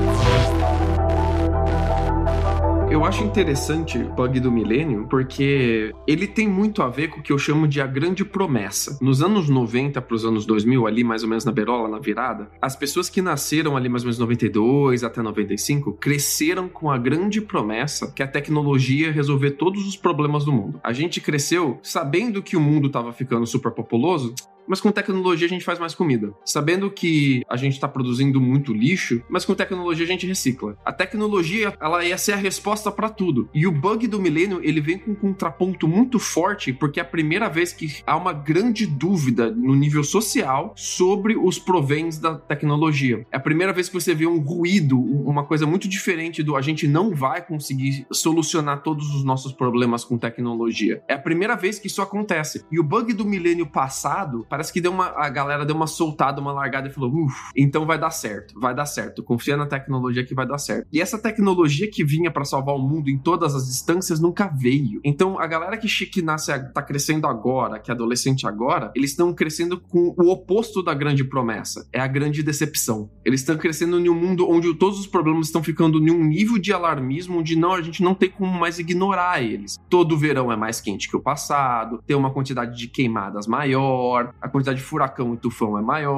S4: Eu acho interessante o bug do milênio porque ele tem muito a ver com o que eu chamo de a grande promessa. Nos anos 90 para os anos 2000, ali mais ou menos na beirola, na virada, as pessoas que nasceram ali mais ou menos 92 até 95 cresceram com a grande promessa que a tecnologia ia resolver todos os problemas do mundo. A gente cresceu sabendo que o mundo estava ficando super populoso, mas com tecnologia a gente faz mais comida. Sabendo que a gente está produzindo muito lixo, mas com tecnologia a gente recicla. A tecnologia, ela ia ser a resposta para tudo. E o bug do milênio, ele vem com um contraponto muito forte, porque é a primeira vez que há uma grande dúvida no nível social sobre os provéns da tecnologia. É a primeira vez que você vê um ruído, uma coisa muito diferente do a gente não vai conseguir solucionar todos os nossos problemas com tecnologia. É a primeira vez que isso acontece. E o bug do milênio passado, parece que a galera deu uma soltada, uma largada e falou, então vai dar certo, confia na tecnologia que vai dar certo. E essa tecnologia que vinha pra salvar o mundo em todas as instâncias nunca veio. Então a galera que tá crescendo agora, que é adolescente agora, eles estão crescendo com o oposto da grande promessa, é a grande decepção. Eles estão crescendo em um mundo onde todos os problemas estão ficando em um nível de alarmismo onde a gente não tem como mais ignorar eles. Todo verão é mais quente que o passado, tem uma quantidade de queimadas maior, a quantidade de furacão e tufão é maior.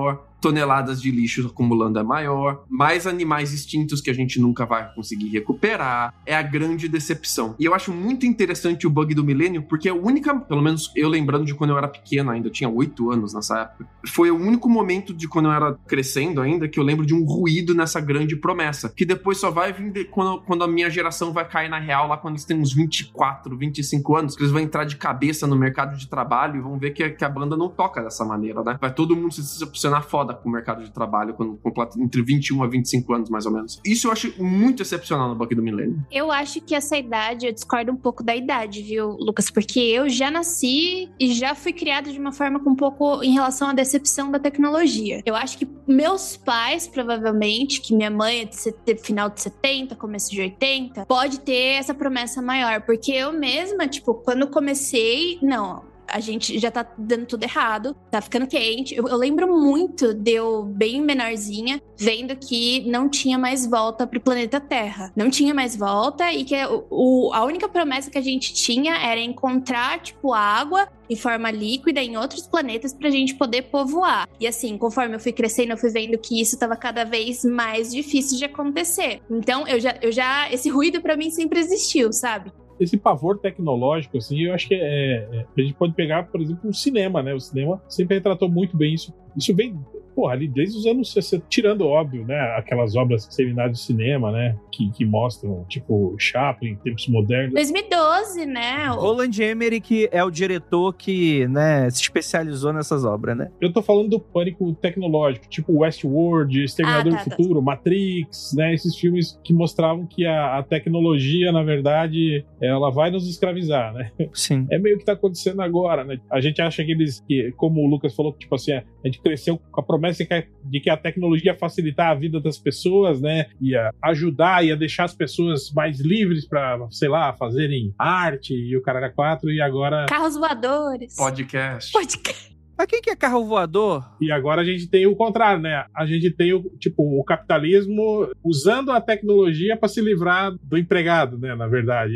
S4: toneladas de lixo acumulando é maior, mais animais extintos que a gente nunca vai conseguir recuperar, é a grande decepção. E eu acho muito interessante o bug do milênio, porque é a única, pelo menos eu lembrando de quando eu era pequeno ainda, eu tinha 8 anos nessa época, foi o único momento de quando eu era crescendo ainda, que eu lembro de um ruído nessa grande promessa, que depois só vai vir quando a minha geração vai cair na real, lá quando eles têm uns 24, 25 anos, que eles vão entrar de cabeça no mercado de trabalho e vão ver que a banda não toca dessa maneira, né? Vai todo mundo se decepcionar foda com o mercado de trabalho quando completa entre 21 a 25 anos, mais ou menos. Isso eu acho muito excepcional no bug do milênio.
S5: Eu acho que essa idade, eu discordo um pouco da idade, viu, Lucas? Porque eu já nasci e já fui criada de uma forma com um pouco em relação à decepção da tecnologia. Eu acho que meus pais, provavelmente, que minha mãe é de final de 70, começo de 80, pode ter essa promessa maior. Porque eu mesma, tipo, quando comecei, não, a gente já tá dando tudo errado, tá ficando quente. Eu lembro muito de eu, bem menorzinha, vendo que não tinha mais volta pro planeta Terra. Não tinha mais volta e que a única promessa que a gente tinha era encontrar, tipo, água em forma líquida em outros planetas pra gente poder povoar. E assim, conforme eu fui crescendo, eu fui vendo que isso tava cada vez mais difícil de acontecer. Então, eu já esse ruído pra mim sempre existiu, sabe?
S6: Esse pavor tecnológico, assim, eu acho que a gente pode pegar, por exemplo, o cinema, né? O cinema sempre retratou muito bem isso. Isso vem, porra, ali desde os anos 60, tirando, óbvio, né? Aquelas obras seminadas de cinema, né? Que mostram, tipo, Chaplin, tempos modernos.
S5: 2012, né?
S2: Roland Emmerich é o diretor que, né, se especializou nessas obras, né?
S6: Eu tô falando do pânico tecnológico, tipo Westworld, Exterminador do Futuro, Matrix, né? Esses filmes que mostravam que a tecnologia, na verdade, ela vai nos escravizar, né?
S2: Sim.
S6: É meio que tá acontecendo agora, né? A gente acha que como o Lucas falou, tipo assim, a gente cresceu com a promessa de que a tecnologia ia facilitar a vida das pessoas, né? Ia ajudar, ia deixar as pessoas mais livres pra, sei lá, fazerem arte e o caralho 4, e agora...
S5: Carros voadores.
S4: Podcast.
S2: Mas quem que é carro voador?
S6: E agora a gente tem o contrário, né? A gente tem o capitalismo usando a tecnologia para se livrar do empregado, né? Na verdade.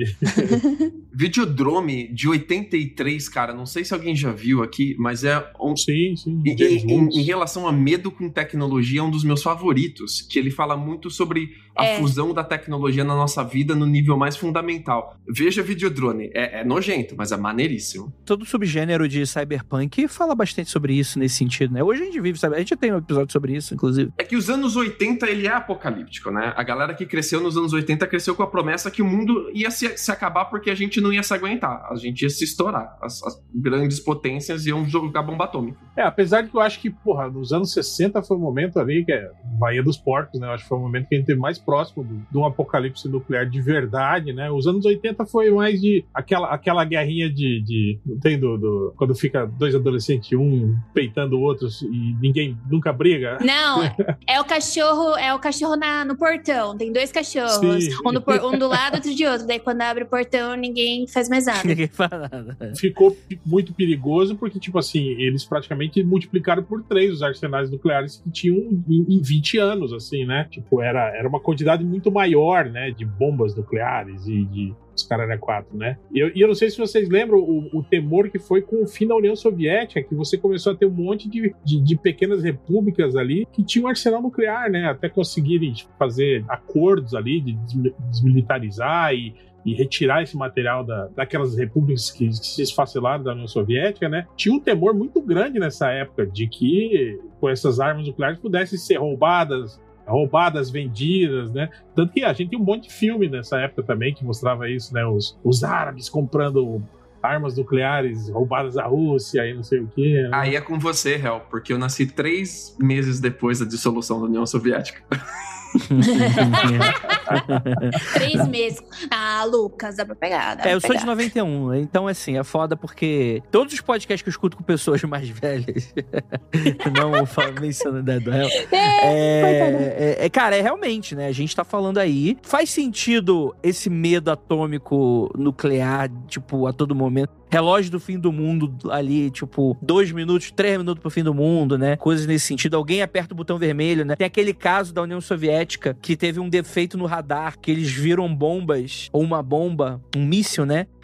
S4: Videodrome de 83, cara, não sei se alguém já viu aqui, mas é um...
S6: Sim.
S4: Em relação a medo com tecnologia, é um dos meus favoritos, que ele fala muito sobre a fusão da tecnologia na nossa vida no nível mais fundamental. Veja Videodrome, é nojento, mas é maneiríssimo.
S2: Todo subgênero de cyberpunk fala bastante sobre isso nesse sentido, né? Hoje a gente vive, sabe? A gente já tem um episódio sobre isso, inclusive.
S4: É que os anos 80, ele é apocalíptico, né? A galera que cresceu nos anos 80 cresceu com a promessa que o mundo ia se acabar porque a gente não ia se aguentar. A gente ia se estourar. As grandes potências iam jogar bomba atômica.
S6: Apesar de que eu acho que, porra, nos anos 60 foi um momento ali, que é Baía dos Porcos, né? Eu acho que foi um momento que a gente teve mais próximo de um apocalipse nuclear de verdade, né? Os anos 80 foi mais de aquela guerrinha de não tem quando fica dois adolescentes, um peitando o outro e ninguém nunca briga.
S5: Não, é o cachorro no portão. Tem 2 cachorros. Um do lado, outro de outro. Daí quando abre o portão, ninguém faz mais nada.
S2: Ninguém faz nada.
S6: Ficou muito perigoso porque, tipo assim, eles praticamente multiplicaram por 3 os arsenais nucleares que tinham em 20 anos, assim, né? Tipo, era uma quantidade muito maior, né? De bombas nucleares e de os caralho 4, né? E eu não sei se vocês lembram o temor que foi com o fim da União Soviética, que você começou a ter um monte de pequenas repúblicas ali que tinham um arsenal nuclear, né? Até conseguirem fazer acordos ali de desmilitarizar e retirar esse material daquelas repúblicas que se esfacelaram da União Soviética, né? Tinha um temor muito grande nessa época de que com essas armas nucleares pudessem ser roubadas, vendidas, né? Tanto que a gente tem um monte de filme nessa época também que mostrava isso, né? Os árabes comprando armas nucleares roubadas da Rússia e não sei o quê. Né?
S4: Aí é com você, Hel, porque eu nasci 3 meses depois da dissolução da União Soviética.
S5: 3 meses. Ah, Lucas, dá pra pegar.
S2: Eu sou de 91, então assim, é foda porque todos os podcasts que eu escuto com pessoas mais velhas, não mencionando do Hel, cara, realmente, né? A gente tá falando aí. Faz sentido esse medo atômico nuclear, tipo, a todo momento. Relógio do fim do mundo ali, tipo, 2 minutos, 3 minutos pro fim do mundo, né? Coisas nesse sentido. Alguém aperta o botão vermelho, né? Tem aquele caso da União Soviética que teve um defeito no radar, que eles viram bombas, ou uma bomba, um míssil, né?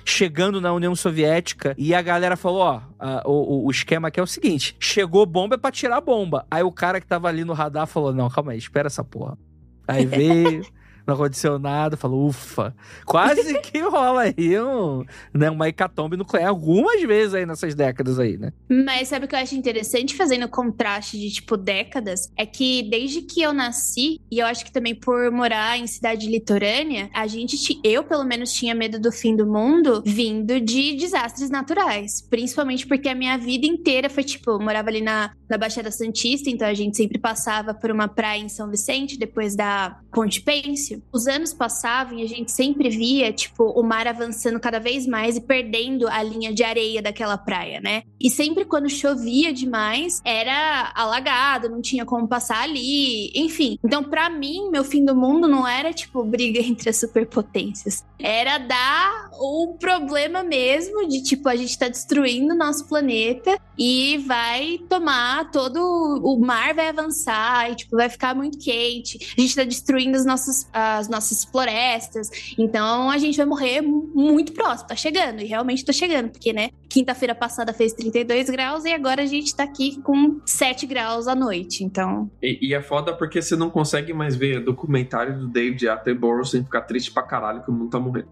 S2: chegando na União Soviética e a galera falou, o esquema aqui é o seguinte, chegou bomba é pra tirar a bomba. Aí o cara que tava ali no radar falou, não, calma aí, espera essa porra. Aí veio... Não aconteceu nada, falou, ufa. Quase que rola aí uma hecatombe nuclear algumas vezes aí nessas décadas aí, né?
S5: Mas sabe o que eu acho interessante, fazendo o contraste de, décadas? É que desde que eu nasci, e eu acho que também por morar em cidade litorânea, eu pelo menos tinha medo do fim do mundo vindo de desastres naturais. Principalmente porque a minha vida inteira foi, eu morava ali na Baixada Santista, então a gente sempre passava por uma praia em São Vicente, depois da Ponte Pênsil. Os anos passavam e a gente sempre via, o mar avançando cada vez mais e perdendo a linha de areia daquela praia, né? E sempre quando chovia demais, era alagado, não tinha como passar ali, enfim. Então, pra mim, meu fim do mundo não era, briga entre as superpotências. Era dar o problema mesmo de, a gente tá destruindo o nosso planeta e vai tomar o mar vai avançar e, vai ficar muito quente. A gente tá destruindo as nossas florestas. Então, a gente vai morrer muito próximo. Tá chegando. E realmente tá chegando. Porque, né? Quinta-feira passada fez 32 graus e agora a gente tá aqui com 7 graus à noite. Então...
S4: E é foda porque você não consegue mais ver documentário do David Attenborough sem ficar triste pra caralho que o mundo tá morrendo.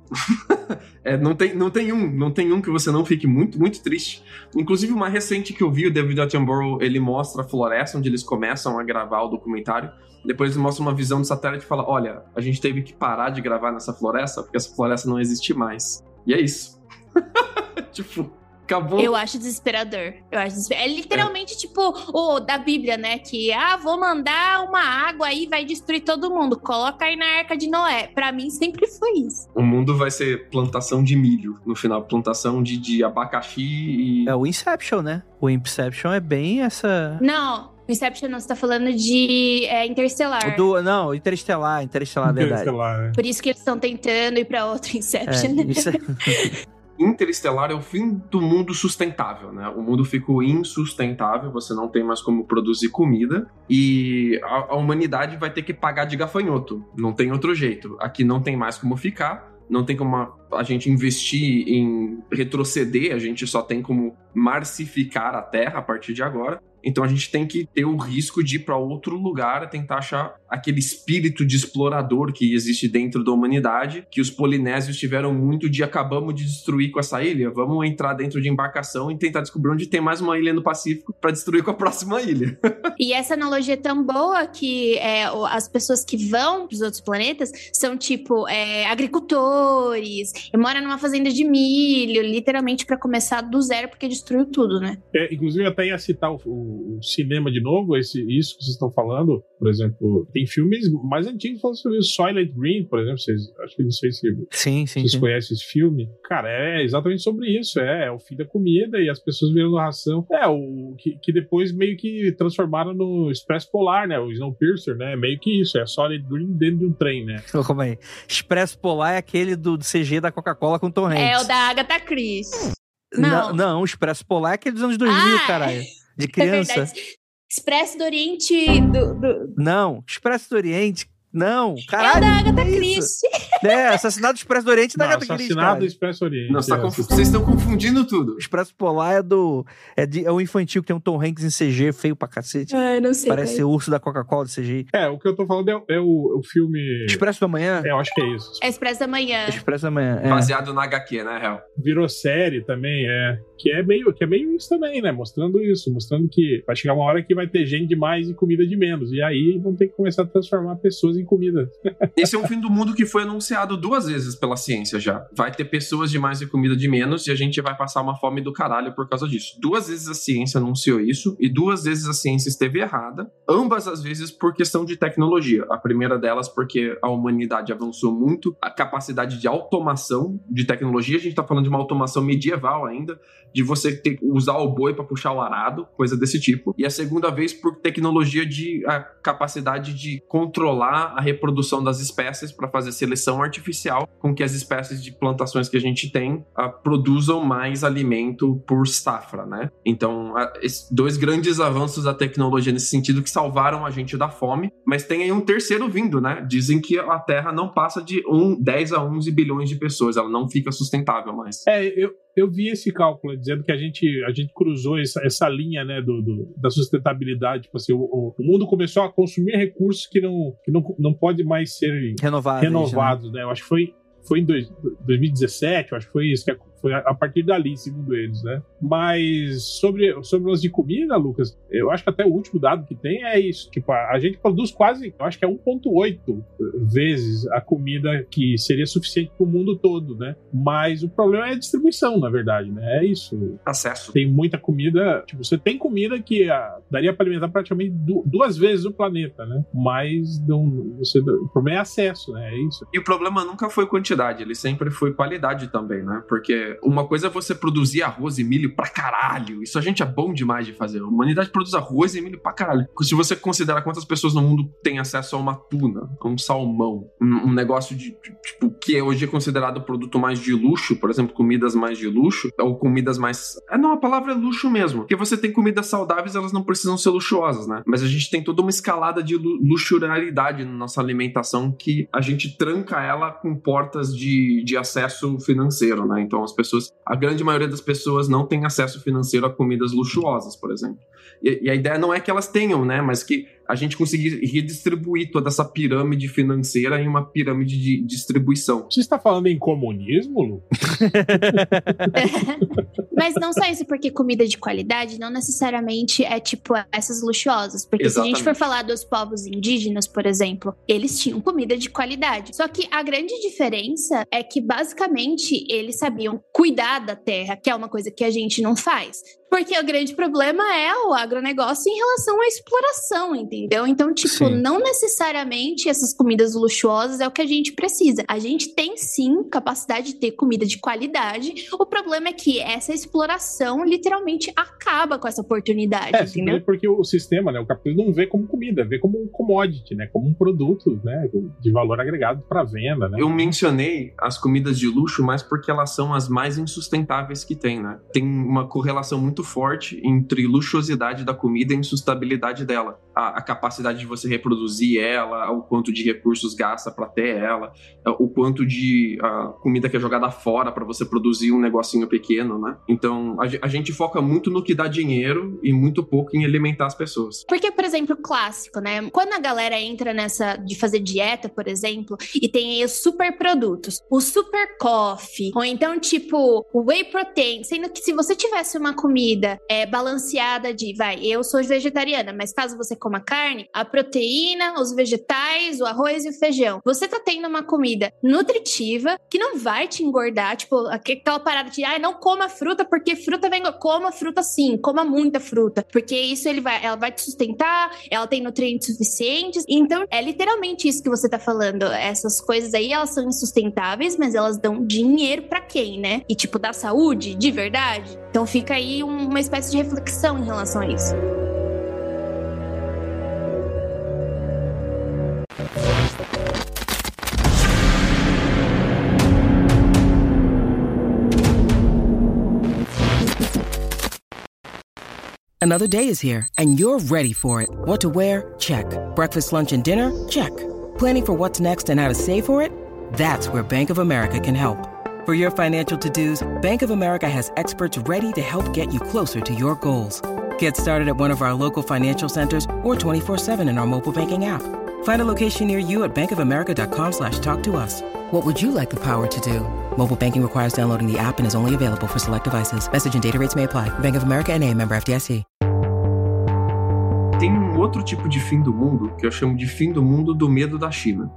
S4: Não tem um que você não fique muito, muito triste. Inclusive, uma recente que eu vi, o David Attenborough, ele mostra a floresta onde eles começam a gravar o documentário. Depois ele mostra uma visão do satélite e fala, olha, a gente teve que parar de gravar nessa floresta porque essa floresta não existe mais. E é isso. Acabou.
S5: Eu acho desesperador. É literalmente o da Bíblia, né? Que, vou mandar uma água aí, vai destruir todo mundo. Coloca aí na Arca de Noé. Pra mim, sempre foi isso.
S4: O mundo vai ser plantação de milho, no final. Plantação de abacaxi e...
S2: É o Inception, né? O Inception é bem essa...
S5: Não, o Inception você tá falando de Interestelar.
S2: Não, Interestelar, verdade.
S6: Né?
S5: Por isso que eles estão tentando ir pra outro Inception.
S4: Interestelar é o fim do mundo sustentável, né? O mundo ficou insustentável, você não tem mais como produzir comida e a humanidade vai ter que pagar de gafanhoto. Não tem outro jeito. Aqui não tem mais como ficar, não tem como a gente investir em retroceder, a gente só tem como marcificar a Terra a partir de agora. Então a gente tem que ter o risco de ir para outro lugar, tentar achar aquele espírito de explorador que existe dentro da humanidade, que os polinésios tiveram muito de acabamos de destruir com essa ilha, vamos entrar dentro de embarcação e tentar descobrir onde tem mais uma ilha no Pacífico para destruir com a próxima ilha.
S5: E essa analogia é tão boa que as pessoas que vão para os outros planetas são agricultores, e moram numa fazenda de milho, literalmente para começar do zero, porque destruiu tudo, né?
S6: Inclusive, eu até ia citar o cinema de novo, isso que vocês estão falando, por exemplo, tem filmes mais antigos falando sobre o Soylent Green, por exemplo, acho que não sei se vocês conhecem esse filme. Cara, é exatamente sobre isso, é o fim da comida e as pessoas virando ração. Que depois meio que transformaram no Expresso Polar, né, o Snowpiercer, né, meio que isso, é Soylent Green dentro de um trem, né.
S2: Calma aí, Expresso Polar é aquele do CG da Coca-Cola com Tom Hanks.
S5: É o da Agatha Christie.
S2: Não, o Expresso Polar é aquele dos anos 2000, caralho. De criança.
S5: É verdade. Expresso do Oriente
S2: Não, Expresso do Oriente. Não, caralho. É
S5: o da Agatha Christie.
S2: Assassinato do Expresso do Oriente da Agatha Christie.
S6: Assassinato do Expresso Oriente.
S4: Não, vocês estão confundindo tudo.
S2: O Expresso Polar é o infantil que tem um Tom Hanks em CG feio pra cacete.
S5: Não sei.
S2: Parece o urso da Coca-Cola de CG.
S6: O que eu tô falando é o filme...
S2: Expresso da Manhã?
S6: Eu acho que é isso.
S5: É Expresso da Manhã.
S2: Expresso da Manhã,
S4: Baseado na HQ, né, Hel?
S6: Virou série também, que é meio isso também, né? Mostrando que vai chegar uma hora que vai ter gente demais e comida de menos. E aí vão ter que começar a transformar pessoas em comida.
S4: Esse é um fim do mundo que foi anunciado 2 vezes pela ciência já. Vai ter pessoas demais e comida de menos e a gente vai passar uma fome do caralho por causa disso. 2 vezes a ciência anunciou isso e 2 vezes a ciência esteve errada. Ambas as vezes por questão de tecnologia. A primeira delas porque a humanidade avançou muito. A capacidade de automação de tecnologia, a gente tá falando de uma automação medieval ainda, de você usar o boi para puxar o arado, coisa desse tipo. E a segunda vez por tecnologia a capacidade de controlar a reprodução das espécies para fazer seleção seleção artificial com que as espécies de plantações que a gente tem produzam mais alimento por safra, né? Então, dois grandes avanços da tecnologia nesse sentido que salvaram a gente da fome, mas tem aí um terceiro vindo, né? Dizem que a Terra não passa de 10 a 11 bilhões de pessoas, ela não fica sustentável mais.
S6: Eu vi esse cálculo dizendo que a gente cruzou essa linha, né, da sustentabilidade. Tipo assim, o mundo começou a consumir recursos que não pode mais ser renovados, né? Eu acho que foi em 2017, eu acho que foi isso, que foi a partir dali, segundo eles, né? Mas sobre os de comida, Lucas, eu acho que até o último dado que tem é isso. Tipo, a gente produz quase, eu acho que é 1,8 vezes a comida que seria suficiente para o mundo todo, né? Mas o problema é a distribuição, na verdade, né? É isso.
S4: Acesso.
S6: Tem muita comida, tipo, você tem comida que daria para alimentar praticamente 2 vezes o planeta, né? Mas o problema é acesso, né? É isso.
S4: E o problema nunca foi quantidade, ele sempre foi qualidade também, né? Porque uma coisa é você produzir arroz e milho pra caralho. Isso a gente é bom demais de fazer. A humanidade produz arroz e milho pra caralho. Se você considerar quantas pessoas no mundo têm acesso a uma tuna, a um salmão, um negócio de tipo, que hoje é considerado o produto mais de luxo, por exemplo, comidas mais de luxo, ou comidas mais... Não, a palavra é luxo mesmo. Porque você tem comidas saudáveis, elas não precisam ser luxuosas, né? Mas a gente tem toda uma escalada de luxurialidade na nossa alimentação que a gente tranca ela com portas de acesso financeiro, né? Então a grande maioria das pessoas não tem acesso financeiro a comidas luxuosas, por exemplo. E a ideia não é que elas tenham, né? Mas que a gente conseguir redistribuir toda essa pirâmide financeira em uma pirâmide de distribuição.
S6: Você está falando em comunismo, Lu?
S5: Mas não só isso, porque comida de qualidade não necessariamente é tipo essas luxuosas. Porque
S4: Exatamente.
S5: Se a gente for falar dos povos indígenas, por exemplo, eles tinham comida de qualidade. Só que a grande diferença é que basicamente eles sabiam cuidar da terra, que é uma coisa que a gente não faz. Porque o grande problema é o agronegócio em relação à exploração, entendeu? Então, tipo,
S2: Sim.
S5: Não necessariamente essas comidas luxuosas é o que a gente precisa. A gente tem, sim, capacidade de ter comida de qualidade. O problema é que essa exploração literalmente acaba com essa oportunidade, entendeu?
S6: Porque o sistema, né, o capitalismo não vê como comida, vê como um commodity, né, como um produto, né, de valor agregado para venda, né?
S4: Eu mencionei as comidas de luxo, mas porque elas são as mais insustentáveis que tem, né? Tem uma correlação muito forte entre luxuosidade da comida e insustentabilidade dela. A capacidade de você reproduzir ela, o quanto de recursos gasta para ter ela, o quanto de comida que é jogada fora para você produzir um negocinho pequeno, né? Então, a gente foca muito no que dá dinheiro e muito pouco em alimentar as pessoas.
S5: Porque, por exemplo, clássico, né? Quando a galera entra nessa de fazer dieta, por exemplo, e tem aí os super produtos, o super coffee, ou então, tipo, o whey protein, sendo que se você tivesse uma comida balanceada eu sou vegetariana, mas caso você coma carne, a proteína, os vegetais, o arroz e o feijão, você tá tendo uma comida nutritiva que não vai te engordar, tipo, aquela parada de, não coma fruta porque fruta vem, coma fruta sim, coma muita fruta, porque isso ela vai te sustentar, ela tem nutrientes suficientes, então é literalmente isso que você tá falando, essas coisas aí, elas são insustentáveis, mas elas dão dinheiro pra quem, né? E tipo, dá saúde, de verdade? Então fica aí uma espécie de reflexão em relação a isso.
S8: Another day is here, and you're ready for it. What to wear? Check. Breakfast, lunch, and dinner? Check. Planning for what's next and how to save for it? That's where Bank of America can help. For your financial to-dos, Bank of America has experts ready to help get you closer to your goals. Get started at one of our local financial centers or 24/7 in our mobile banking app. Find a location near you at bankofamerica.com/talktous. What would you like the power to do? Mobile banking requires downloading the app and is only available for select devices. Message and data rates may apply. Bank of America N.A., member FDIC.
S4: Tem um outro tipo de fim do mundo, que eu chamo de fim do mundo do medo da China.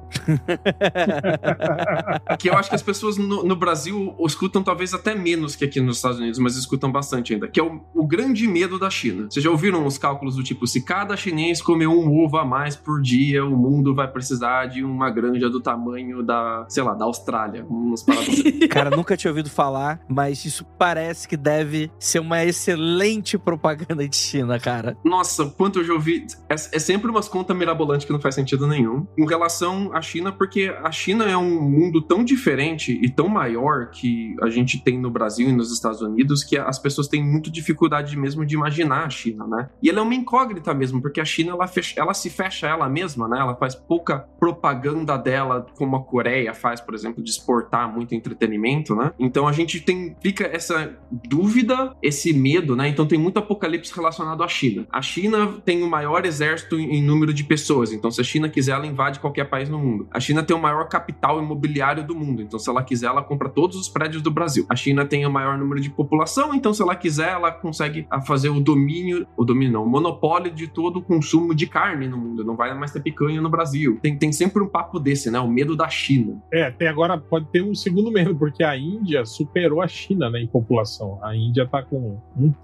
S4: Que eu acho que as pessoas no Brasil escutam talvez até menos que aqui nos Estados Unidos, mas escutam bastante ainda, que é o grande medo da China. Vocês já ouviram os cálculos do tipo, se cada chinês comer um ovo a mais por dia, o mundo vai precisar de uma granja do tamanho da Austrália. Umas paradas assim.
S2: Cara, nunca tinha ouvido falar, mas isso parece que deve ser uma excelente propaganda de China, cara.
S4: Nossa, quanto eu já ouvi, é sempre umas contas mirabolantes que não faz sentido nenhum. Com relação à China, China, porque a China é um mundo tão diferente e tão maior que a gente tem no Brasil e nos Estados Unidos, que as pessoas têm muita dificuldade mesmo de imaginar a China, né? E ela é uma incógnita mesmo, porque a China, ela se fecha ela mesma, né? Ela faz pouca propaganda dela, como a Coreia faz, por exemplo, de exportar muito entretenimento, né? Então a gente fica essa dúvida, esse medo, né? Então tem muito apocalipse relacionado à China. A China tem o maior exército em número de pessoas, então se a China quiser, ela invade qualquer país no mundo. A China tem o maior capital imobiliário do mundo, então se ela quiser, ela compra todos os prédios do Brasil. A China tem o maior número de população, então se ela quiser, ela consegue fazer o monopólio de todo o consumo de carne no mundo. Não vai mais ter picanha no Brasil. Tem sempre um papo desse, né? O medo da China.
S6: Até agora pode ter um segundo medo, porque a Índia superou a China, né, em população. A Índia tá com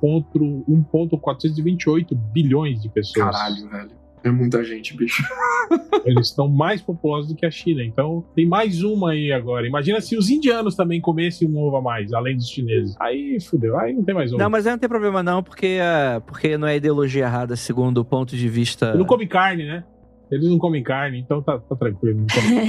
S6: 1,428 bilhões de pessoas.
S4: Caralho, velho. É muita gente, bicho.
S6: Eles estão mais populosos do que a China. Então, tem mais uma aí agora. Imagina se os indianos também comessem um ovo a mais, além dos chineses. Aí, fudeu. Aí não tem mais ovo.
S2: Não, mas aí não tem problema não, porque não é ideologia errada, segundo o ponto de vista...
S6: Não come carne, né? Eles não comem carne, então tá tranquilo.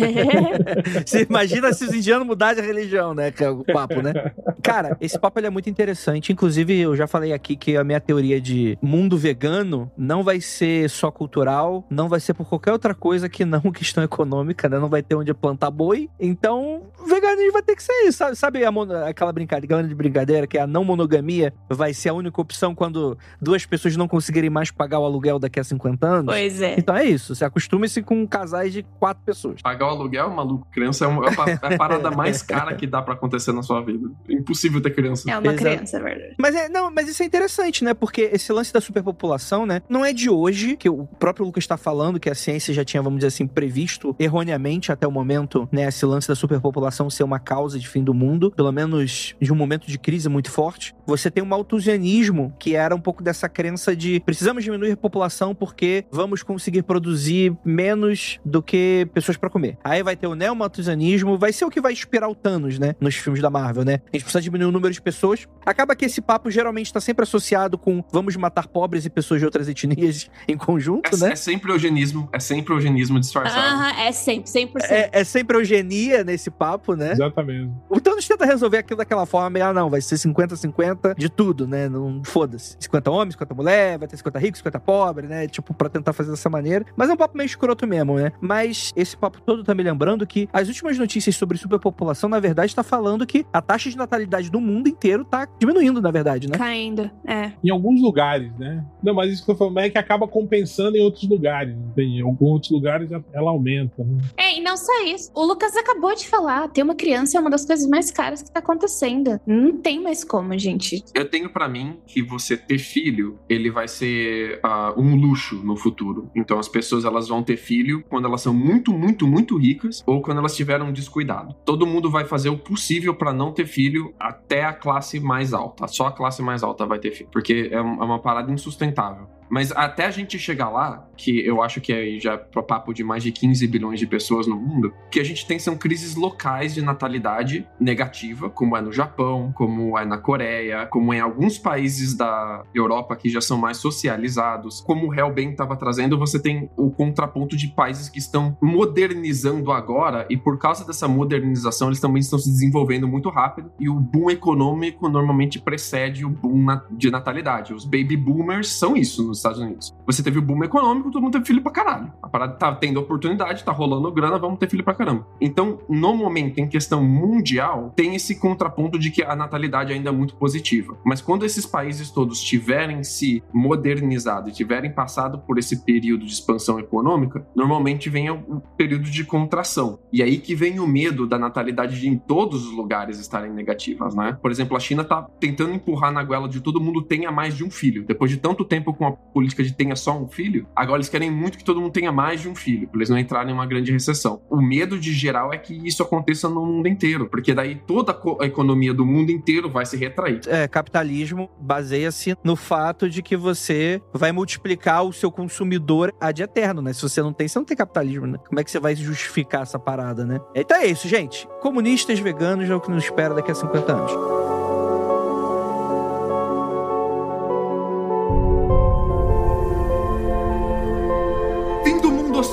S2: Você imagina se os indianos mudassem a religião, né? Que é o papo, né? Cara, esse papo ele é muito interessante. Inclusive, eu já falei aqui que a minha teoria de mundo vegano não vai ser só cultural, não vai ser por qualquer outra coisa que não questão econômica, né? Não vai ter onde plantar boi. Então, o veganismo vai ter que ser isso. Sabe aquela brincadeira que é a não monogamia vai ser a única opção quando duas pessoas não conseguirem mais pagar o aluguel daqui a 50 anos?
S5: Pois é.
S2: Então é isso. Você acostume-se com casais de 4 pessoas.
S4: Pagar o aluguel, maluco, criança é a parada mais cara que dá pra acontecer na sua vida. Impossível ter criança.
S5: É uma criança, é verdade.
S2: Mas isso é interessante, né? Porque esse lance da superpopulação, né? Não é de hoje, que o próprio Lucas está falando, que a ciência já tinha, vamos dizer assim, previsto erroneamente até o momento, né? Esse lance da superpopulação ser uma causa de fim do mundo, pelo menos de um momento de crise muito forte. Você tem um malthusianismo, que era um pouco dessa crença de precisamos diminuir a população porque vamos conseguir produzir menos do que pessoas pra comer. Aí vai ter o neomalthusianismo, vai ser o que vai inspirar o Thanos, né? Nos filmes da Marvel, né? A gente precisa diminuir o número de pessoas. Acaba que esse papo geralmente tá sempre associado com vamos matar pobres e pessoas de outras etnias em conjunto, né?
S4: É sempre eugenismo disfarçado.
S5: É sempre, 100%.
S2: É sempre eugenia nesse papo, né?
S6: Exatamente.
S2: O Thanos tenta resolver aquilo daquela forma, não, vai ser 50-50 de tudo, né? Não foda-se. 50 homens, 50 mulher, vai ter 50 ricos, 50 pobres, né? Tipo, pra tentar fazer dessa maneira. Mas é um papo meio escroto mesmo, né? Mas esse papo todo tá me lembrando que as últimas notícias sobre superpopulação, na verdade, tá falando que a taxa de natalidade do mundo inteiro tá diminuindo, na verdade, né?
S5: Caindo, é.
S6: Em alguns lugares, né? Não, mas isso que eu tô falando é que acaba compensando em outros lugares. Em alguns outros lugares ela aumenta, né?
S5: E não só isso. O Lucas acabou de falar, ter uma criança é uma das coisas mais caras que tá acontecendo. Não tem mais como, gente.
S4: Eu tenho pra mim que você ter filho, ele vai ser um luxo no futuro. Então as pessoas, elas vão ter filho quando elas são muito, muito, muito ricas ou quando elas tiveram descuidado. Todo mundo vai fazer o possível pra não ter filho até a classe mais alta. Só a classe mais alta vai ter filho, porque é uma parada insustentável. Mas até a gente chegar lá, que eu acho que é já pro papo de mais de 15 bilhões de pessoas no mundo, que a gente tem são crises locais de natalidade negativa, como é no Japão, como é na Coreia, como em alguns países da Europa que já são mais socializados. Como o Hellbent estava trazendo, você tem o contraponto de países que estão modernizando agora, e por causa dessa modernização, eles também estão se desenvolvendo muito rápido, e o boom econômico normalmente precede o boom de natalidade. Os baby boomers são isso nos Estados Unidos. Você teve o boom econômico, todo mundo teve filho pra caralho. A parada tá tendo oportunidade, tá rolando grana, vamos ter filho pra caramba. Então, no momento, em questão mundial, tem esse contraponto de que a natalidade ainda é muito positiva. Mas quando esses países todos tiverem se modernizado e tiverem passado por esse período de expansão econômica, normalmente vem o período de contração. E aí que vem o medo da natalidade de em todos os lugares estarem negativas, né? Por exemplo, a China tá tentando empurrar na goela de todo mundo tenha mais de um filho. Depois de tanto tempo com a política de tenha só um filho, agora eles querem muito que todo mundo tenha mais de um filho, pra eles não entrarem em uma grande recessão. O medo de geral é que isso aconteça no mundo inteiro, porque daí toda a economia do mundo inteiro vai se retrair.
S2: Capitalismo baseia-se no fato de que você vai multiplicar o seu consumidor ad eterno, né? Se você não tem capitalismo, né? Como é que você vai justificar essa parada, né? Então é isso, gente. Comunistas, veganos é o que nos espera daqui a 50 anos.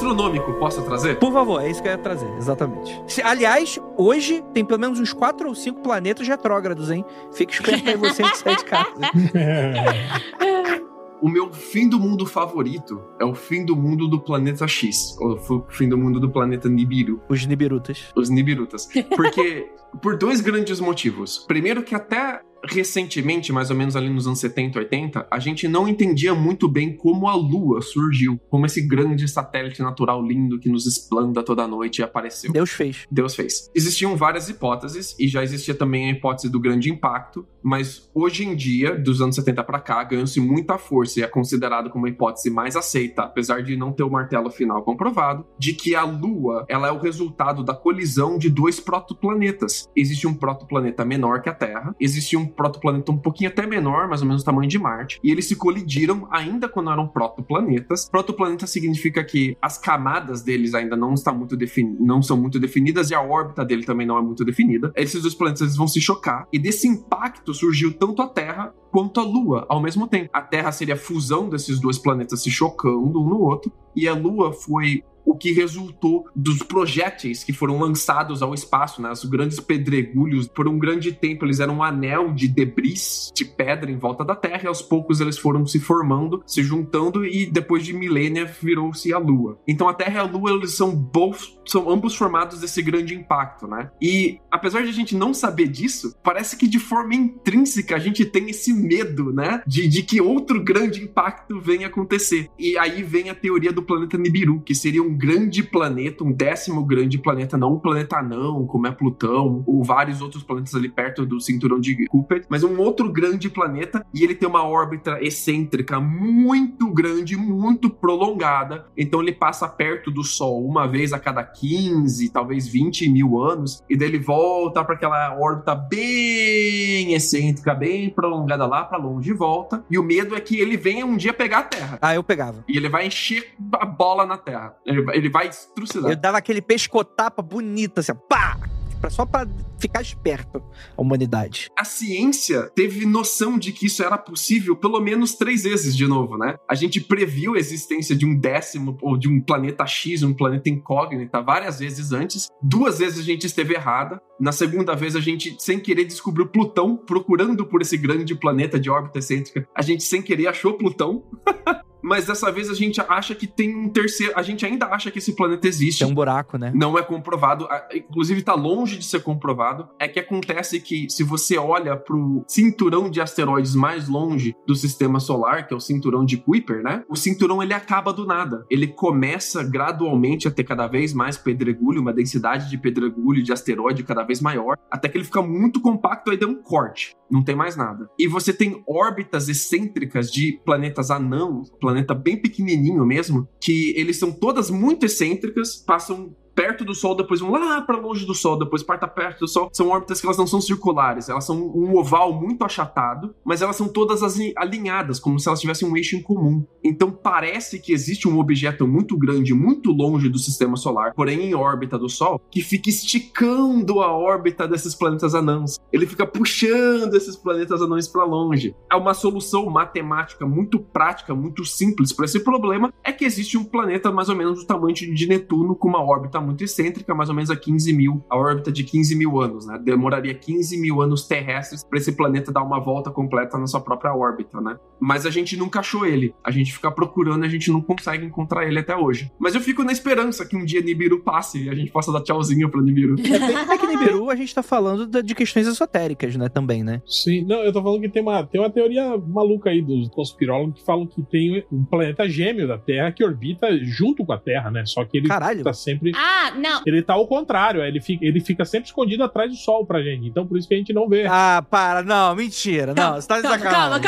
S4: astronômico, posso trazer?
S2: Por favor, é isso que eu ia trazer, exatamente. Aliás, hoje tem pelo menos uns 4 ou 5 planetas retrógrados, hein? Fica esperto aí você que sai de casa.
S4: O meu fim do mundo favorito é o fim do mundo do planeta X. Ou o fim do mundo do planeta Nibiru.
S2: Os Nibirutas.
S4: Os Nibirutas. Porque, por 2 grandes motivos. Primeiro que até recentemente, mais ou menos ali nos anos 70, 80, a gente não entendia muito bem como a Lua surgiu. Como esse grande satélite natural lindo que nos esplanda toda noite apareceu.
S2: Deus fez.
S4: Existiam várias hipóteses, e já existia também a hipótese do grande impacto, mas hoje em dia, dos anos 70 pra cá, ganhou-se muita força e é considerado como a hipótese mais aceita, apesar de não ter o martelo final comprovado, de que a Lua, ela é o resultado da colisão de 2 protoplanetas. Existe um protoplaneta menor que a Terra, existe um protoplaneta um pouquinho até menor, mais ou menos o tamanho de Marte, e eles se colidiram ainda quando eram protoplanetas. Protoplaneta significa que as camadas deles ainda não são muito definidas e a órbita dele também não é muito definida. Esses 2 planetas eles vão se chocar, e desse impacto surgiu tanto a Terra quanto a Lua ao mesmo tempo. A Terra seria a fusão desses 2 planetas se chocando um no outro, e a Lua foi o que resultou dos projéteis que foram lançados ao espaço, né? Os grandes pedregulhos, por um grande tempo, eles eram um anel de debris, de pedra em volta da Terra, e aos poucos eles foram se formando, se juntando, e depois de milênia virou-se a Lua. Então a Terra e a Lua, eles são ambos formados desse grande impacto, né? E apesar de a gente não saber disso, parece que de forma intrínseca a gente tem esse medo, né? De que outro grande impacto venha acontecer. E aí vem a teoria do planeta Nibiru, que seria um grande planeta, um 10º grande planeta, não um planeta anão, como é Plutão, ou vários outros planetas ali perto do cinturão de Kuiper, mas um outro grande planeta, e ele tem uma órbita excêntrica muito grande, muito prolongada, então ele passa perto do Sol uma vez a cada 15, talvez 20 mil anos, e daí ele volta para aquela órbita bem excêntrica, bem prolongada lá para longe e volta, e o medo é que ele venha um dia pegar a Terra.
S2: Ah, eu pegava.
S4: E ele vai encher a bola na Terra. Ele vai trucidar.
S2: Eu dava aquele pescotapa bonito, assim, pá! Só pra ficar esperto, a humanidade.
S4: A ciência teve noção de que isso era possível pelo menos 3 vezes de novo, né? A gente previu a existência de um 10º ou de um planeta X, um planeta incógnita, várias vezes antes. 2 vezes a gente esteve errada. Na segunda vez a gente, sem querer, descobriu Plutão, procurando por esse grande planeta de órbita excêntrica. A gente, sem querer, achou Plutão. Mas dessa vez a gente acha que tem um terceiro... A gente ainda acha que esse planeta existe.
S2: Tem um buraco, né?
S4: Não é comprovado. Inclusive tá longe de ser comprovado. É que acontece que se você olha pro cinturão de asteroides mais longe do sistema solar, que é o cinturão de Kuiper, né? O cinturão, ele acaba do nada. Ele começa gradualmente a ter cada vez mais pedregulho, uma densidade de pedregulho, de asteroide cada vez maior, até que ele fica muito compacto, aí dá um corte. Não tem mais nada. E você tem órbitas excêntricas de planetas anãos, planeta bem pequenininho mesmo, que eles são todas muito excêntricas, passam perto do Sol, depois vão lá para longe do Sol, depois partem perto do Sol. São órbitas que elas não são circulares, elas são um oval muito achatado, mas elas são todas alinhadas, como se elas tivessem um eixo em comum. Então parece que existe um objeto muito grande, muito longe do sistema solar, porém em órbita do Sol, que fica esticando a órbita desses planetas anãos. Ele fica puxando esses planetas anões para longe. É uma solução matemática muito prática, muito simples para esse problema, é que existe um planeta mais ou menos do tamanho de Netuno, com uma órbita muito excêntrica, mais ou menos a órbita de 15 mil anos, né? Demoraria 15 mil anos terrestres para esse planeta dar uma volta completa na sua própria órbita, né? Mas a gente nunca achou ele. A gente fica procurando e a gente não consegue encontrar ele até hoje. Mas eu fico na esperança que um dia Nibiru passe e a gente possa dar tchauzinho pra Nibiru.
S2: É que Nibiru a gente tá falando de questões esotéricas, né? Também, né?
S6: Sim. Não, eu tô falando que tem uma teoria maluca aí dos conspirólogos que falam que tem um planeta gêmeo da Terra que orbita junto com a Terra, né? Só que ele tá sempre...
S5: Ah, não.
S6: Ele tá ao contrário, ele fica sempre escondido atrás do Sol pra gente. Então por isso que a gente não vê.
S2: Ah, para. Não, mentira. Não, você tá de sacanagem.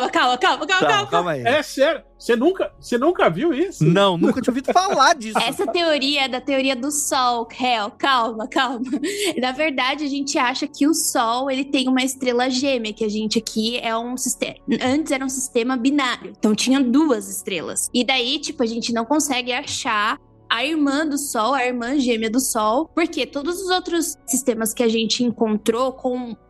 S5: Calma
S2: aí.
S6: É sério. Você nunca viu isso?
S2: Não, nunca tinha ouvido falar disso.
S5: Essa teoria é da teoria do Sol, Hel. Calma. Na verdade, a gente acha que o Sol, ele tem uma estrela gêmea, que a gente aqui é um sistema... Antes era um sistema binário. Então tinha 2 estrelas. E daí, tipo, a gente não consegue achar a irmã do Sol, a irmã gêmea do Sol, porque todos os outros sistemas que a gente encontrou com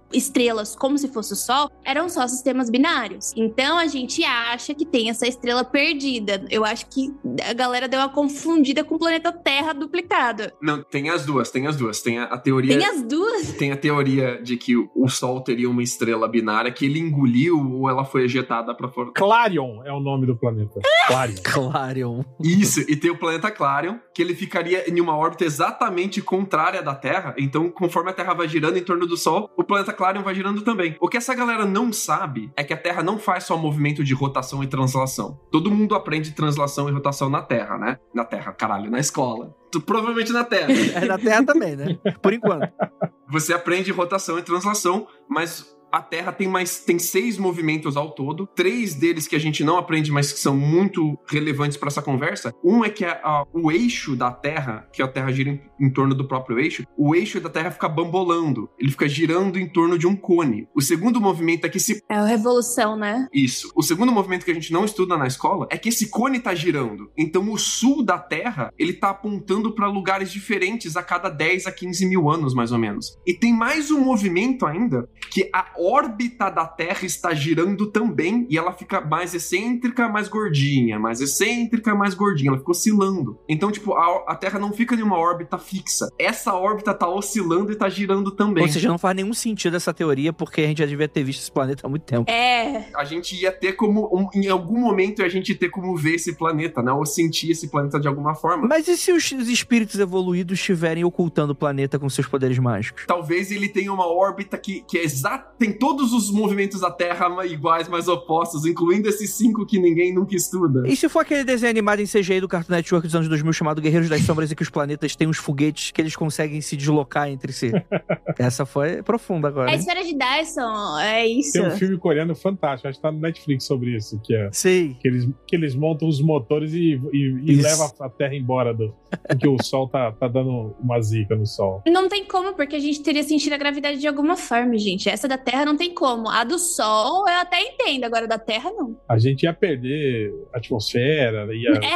S5: estrelas como se fosse o Sol, eram só sistemas binários. Então a gente acha que tem essa estrela perdida. Eu acho que a galera deu uma confundida com o planeta Terra duplicado.
S4: Não, tem as duas. Tem a teoria...
S5: Tem as duas?
S4: Tem a teoria de que o Sol teria uma estrela binária que ele engoliu ou ela foi ejetada pra fora.
S6: Clarion é o nome do planeta.
S2: Clarion.
S4: Isso, e tem o planeta Clarion, que ele ficaria em uma órbita exatamente contrária da Terra. Então, conforme a Terra vai girando em torno do Sol, o planeta Clarion vai girando também. O que essa galera não sabe é que a Terra não faz só movimento de rotação e translação. Todo mundo aprende translação e rotação na Terra, né? Na Terra, caralho, na escola. Provavelmente na Terra.
S2: É na Terra também, né? Por enquanto.
S4: Você aprende rotação e translação, mas a Terra tem 6 movimentos ao todo. 3 deles que a gente não aprende, mas que são muito relevantes para essa conversa. Um é que o eixo da Terra, que a Terra gira em torno do próprio eixo, o eixo da Terra fica bambolando. Ele fica girando em torno de um cone. O segundo movimento é que
S5: É a revolução, né?
S4: Isso. O segundo movimento que a gente não estuda na escola é que esse cone tá girando. Então o sul da Terra, ele tá apontando para lugares diferentes a cada 10 a 15 mil anos, mais ou menos. E tem mais um movimento ainda, que a órbita da Terra está girando também, e ela fica mais excêntrica, mais gordinha, mais excêntrica, mais gordinha. Ela fica oscilando. Então, tipo, a Terra não fica em uma órbita fixa. Essa órbita tá oscilando e tá girando também.
S2: Ou seja, não faz nenhum sentido essa teoria, porque a gente já devia ter visto esse planeta há muito tempo.
S4: A gente ia ter como, em algum momento, a gente ter como ver esse planeta, né? Ou sentir esse planeta de alguma forma.
S2: Mas e se os espíritos evoluídos estiverem ocultando o planeta com seus poderes mágicos?
S4: Talvez ele tenha uma órbita que é exata, tem todos os movimentos da Terra iguais, mas opostos, incluindo esses 5 que ninguém nunca estuda.
S2: E se for aquele desenho animado em CGI do Cartoon Network dos anos 2000 chamado Guerreiros das Sombras, e que os planetas têm uns foguetes que eles conseguem se deslocar entre si? Essa foi profunda agora.
S5: É a esfera de Dyson, é isso.
S6: Tem um filme coreano fantástico, acho que tá no Netflix sobre isso, que é...
S2: Sei.
S6: Que eles montam os motores e levam a Terra embora porque o Sol tá dando uma zica no Sol.
S5: Não tem como, porque a gente teria sentido a gravidade de alguma forma, gente. Essa da Terra não tem como. A do Sol eu até entendo, agora da Terra não.
S6: A gente ia perder a atmosfera,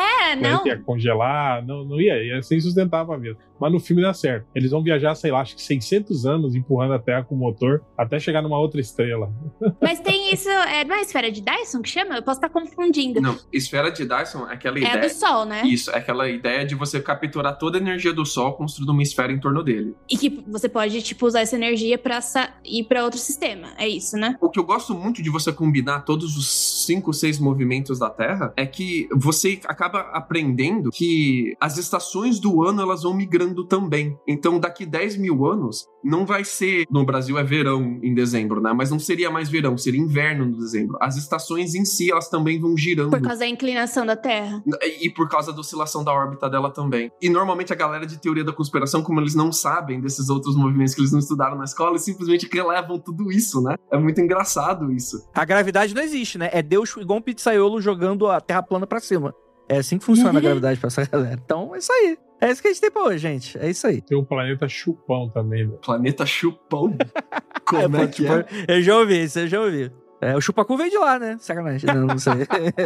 S6: ia congelar, não ia ser insustentável mesmo. Mas no filme dá certo. Eles vão viajar, sei lá, acho que 600 anos empurrando a Terra com o motor até chegar numa outra estrela.
S5: Mas tem isso, não é a esfera de Dyson que chama? Eu posso estar confundindo.
S4: Não, esfera de Dyson é aquela ideia...
S5: É a do Sol, né?
S4: Isso, é aquela ideia de você capturar toda a energia do Sol construindo uma esfera em torno dele.
S5: E que você pode, tipo, usar essa energia pra ir pra outro sistema. É isso, né?
S4: O que eu gosto muito de você combinar todos os 5, 6 movimentos da Terra é que você acaba aprendendo que as estações do ano, elas vão migrando também. Então, daqui 10 mil anos, não vai ser... No Brasil é verão em dezembro, né? Mas não seria mais verão, seria inverno no dezembro. As estações em si, elas também vão girando.
S5: Por causa da inclinação da Terra.
S4: E por causa da oscilação da órbita dela também. E normalmente a galera de teoria da conspiração, como eles não sabem desses outros movimentos que eles não estudaram na escola, eles simplesmente relevam tudo isso, né? É muito engraçado isso.
S2: A gravidade não existe, né? É Deus igual um pizzaiolo jogando a Terra plana pra cima. É assim que funciona a gravidade pra essa galera. Então, é isso aí. É isso que a gente tem pra hoje, gente. É isso aí.
S6: Tem o planeta Chupão também, né?
S4: Planeta Chupão? Como é que é?
S2: Eu já ouvi isso, eu já ouvi. O Chupacu veio de lá, né? Sacanagem, não sei.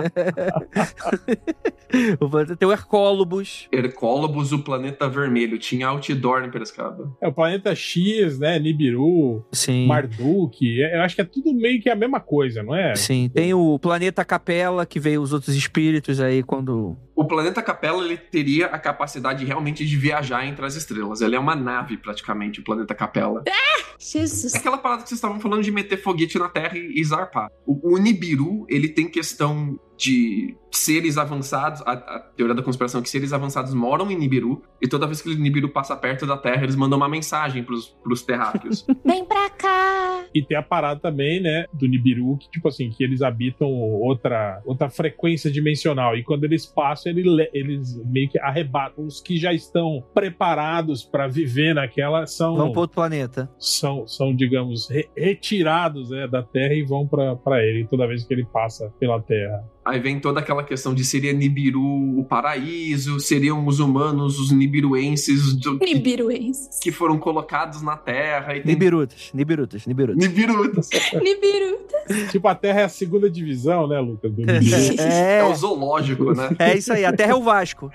S2: Tem o Hercólobus.
S4: Hercólobus, o planeta vermelho. Tinha outdoor em Piracicaba.
S6: É o planeta X, né? Nibiru,
S2: sim.
S6: Marduk. Eu acho que é tudo meio que a mesma coisa, não é?
S2: Sim, tem o planeta Capela, que veio os outros espíritos aí quando...
S4: O planeta Capela, ele teria a capacidade realmente de viajar entre as estrelas. Ele é uma nave, praticamente, o planeta Capela.
S5: Jesus.
S4: É aquela parada que vocês estavam falando de meter foguete na Terra e zarpar. O Nibiru, ele tem questão de seres avançados, a teoria da conspiração é que seres avançados moram em Nibiru, e toda vez que o Nibiru passa perto da Terra, eles mandam uma mensagem pros terráqueos.
S5: Vem pra cá!
S6: E tem a parada também, né, do Nibiru, que tipo assim, que eles habitam outra frequência dimensional, e quando eles passam, eles meio que arrebatam. Os que já estão preparados pra viver naquela
S2: vão pro outro planeta.
S6: São digamos, retirados, né, da Terra e vão pra ele, toda vez que ele passa pela Terra.
S4: Aí vem toda aquela questão de seria Nibiru o paraíso, seriam os humanos, os nibiruenses que foram colocados na Terra. E tem...
S2: Nibirutas.
S6: Tipo, a Terra é a segunda divisão, né, Lucas?
S4: É o zoológico, né?
S2: É isso aí, a Terra é o Vasco.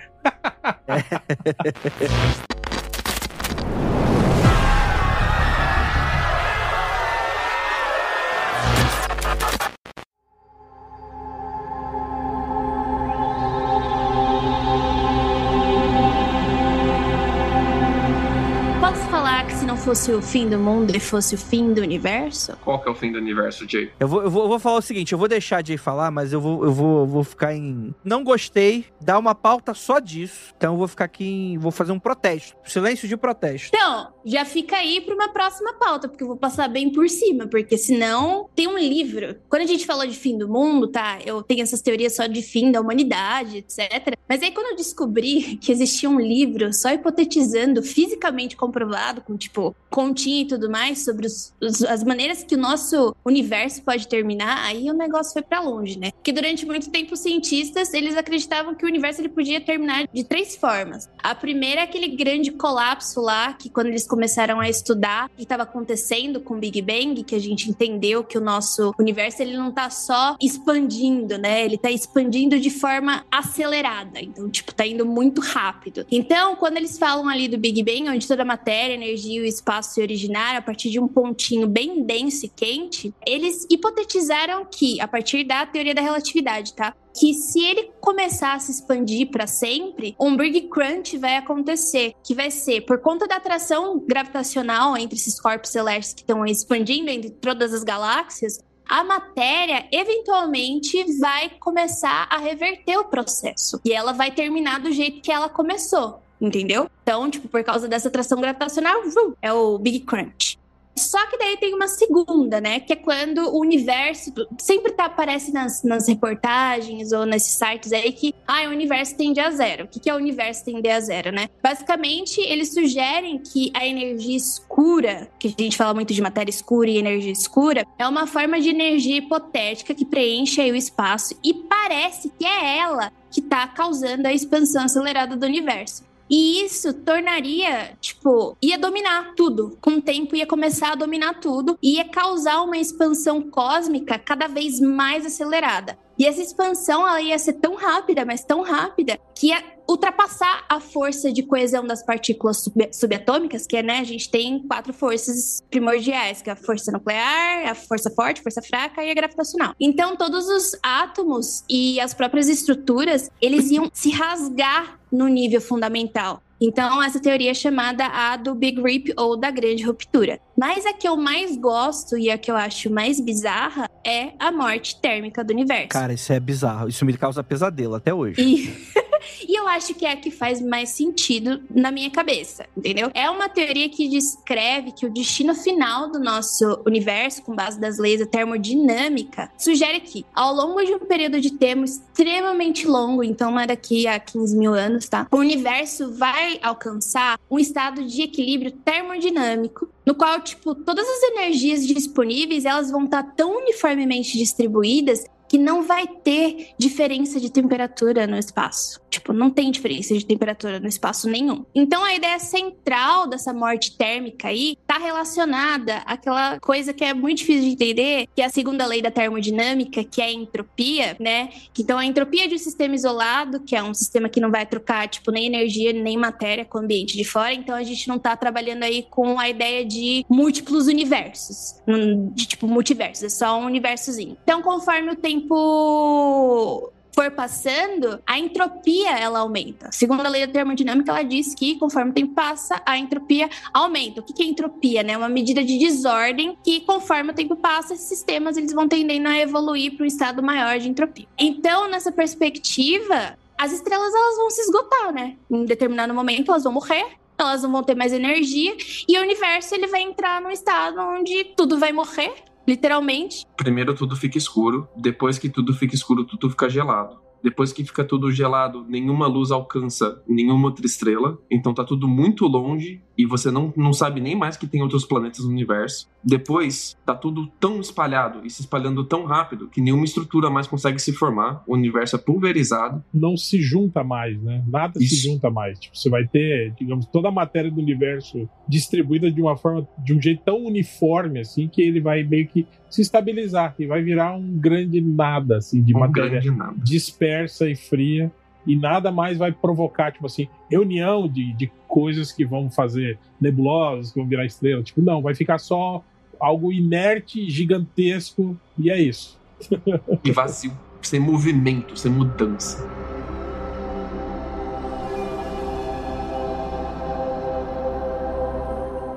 S5: fosse o fim do mundo e fosse o fim do universo?
S4: Qual que é o fim do universo, Jay?
S2: Eu vou falar o seguinte, eu vou deixar a Jay falar, mas eu vou ficar em... Não gostei, dá uma pauta só disso, então eu vou ficar aqui vou fazer um protesto, silêncio de protesto.
S5: Então, já fica aí pra uma próxima pauta, porque eu vou passar bem por cima, porque senão tem um livro. Quando a gente falou de fim do mundo, tá? Eu tenho essas teorias só de fim da humanidade, etc. Mas aí quando eu descobri que existia um livro só hipotetizando, fisicamente comprovado, com tipo, continha e tudo mais, sobre as maneiras que o nosso universo pode terminar, aí o negócio foi pra longe, né? Porque durante muito tempo os cientistas, eles acreditavam que o universo ele podia terminar de 3 formas. A primeira é aquele grande colapso lá, que quando eles começaram a estudar o que estava acontecendo com o Big Bang, que a gente entendeu que o nosso universo ele não tá só expandindo, né? Ele tá expandindo de forma acelerada. Então, tipo, tá indo muito rápido. Então, quando eles falam ali do Big Bang, onde toda a matéria, energia e o espaço se originaram a partir de um pontinho bem denso e quente, eles hipotetizaram que, a partir da teoria da relatividade, tá? Que se ele começar a se expandir para sempre, um Big Crunch vai acontecer, que vai ser por conta da atração gravitacional entre esses corpos celestes que estão expandindo entre todas as galáxias, a matéria eventualmente vai começar a reverter o processo. E ela vai terminar do jeito que ela começou, entendeu? Então, tipo, por causa dessa atração gravitacional, é o Big Crunch. Só que daí tem uma segunda, né? Que é quando o universo... Sempre aparece nas reportagens ou nesses sites aí que... o universo tende a zero. O que é o universo tender a zero, né? Basicamente, eles sugerem que a energia escura, que a gente fala muito de matéria escura e energia escura, é uma forma de energia hipotética que preenche aí o espaço e parece que é ela que tá causando a expansão acelerada do universo. E isso tornaria, tipo, ia dominar tudo. Com o tempo ia começar a dominar tudo e ia causar uma expansão cósmica cada vez mais acelerada. E essa expansão, ela ia ser tão rápida, mas tão rápida, que ia ultrapassar a força de coesão das partículas subatômicas, que é, né, a gente tem 4 forças primordiais, que é a força nuclear, a força forte, a força fraca e a gravitacional. Então, todos os átomos e as próprias estruturas, eles iam se rasgar no nível fundamental. Então, essa teoria é chamada a do Big Rip ou da grande ruptura. Mas a que eu mais gosto e a que eu acho mais bizarra é a morte térmica do universo.
S2: Cara, isso é bizarro. Isso me causa pesadelo até hoje.
S5: E eu acho que é a que faz mais sentido na minha cabeça, entendeu? É uma teoria que descreve que o destino final do nosso universo, com base das leis da termodinâmica, sugere que, ao longo de um período de tempo extremamente longo, então não é daqui a 15 mil anos, tá? O universo vai alcançar um estado de equilíbrio termodinâmico, no qual, tipo, todas as energias disponíveis, elas vão estar tão uniformemente distribuídas que não vai ter diferença de temperatura no espaço. Tipo, não tem diferença de temperatura no espaço nenhum. Então, a ideia central dessa morte térmica aí tá relacionada àquela coisa que é muito difícil de entender, que é a segunda lei da termodinâmica, que é a entropia, né? Então, a entropia de um sistema isolado, que é um sistema que não vai trocar, tipo, nem energia, nem matéria com o ambiente de fora. Então, a gente não tá trabalhando aí com a ideia de múltiplos universos, de, tipo, multiversos. É só um universozinho. Então, conforme o tempo for passando, a entropia, ela aumenta. Segundo a lei da termodinâmica, ela diz que, conforme o tempo passa, a entropia aumenta. O que é entropia, né? Uma medida de desordem que, conforme o tempo passa, esses sistemas eles vão tendendo a evoluir para um estado maior de entropia. Então, nessa perspectiva, as estrelas elas vão se esgotar, né? Em determinado momento, elas vão morrer, elas não vão ter mais energia, e o universo ele vai entrar num estado onde tudo vai morrer, literalmente.
S4: Primeiro tudo fica escuro, depois que tudo fica escuro, tudo fica gelado. Depois que fica tudo gelado, nenhuma luz alcança nenhuma outra estrela. Então tá tudo muito longe e você não sabe nem mais que tem outros planetas no universo. Depois tá tudo tão espalhado e se espalhando tão rápido que nenhuma estrutura mais consegue se formar. O universo é pulverizado.
S6: Não se junta mais, né? Nada se junta mais. Tipo, você vai ter, digamos, toda a matéria do universo distribuída de uma forma, de um jeito tão uniforme, assim, que ele vai meio que se estabilizar e vai virar um grande nada, assim, de matéria dispersa e fria, e nada mais vai provocar, tipo assim, reunião de coisas que vão fazer nebulosas, que vão virar estrela. Tipo, não, vai ficar só algo inerte, gigantesco, e é isso.
S4: E vazio, sem movimento, sem mudança.
S5: Mas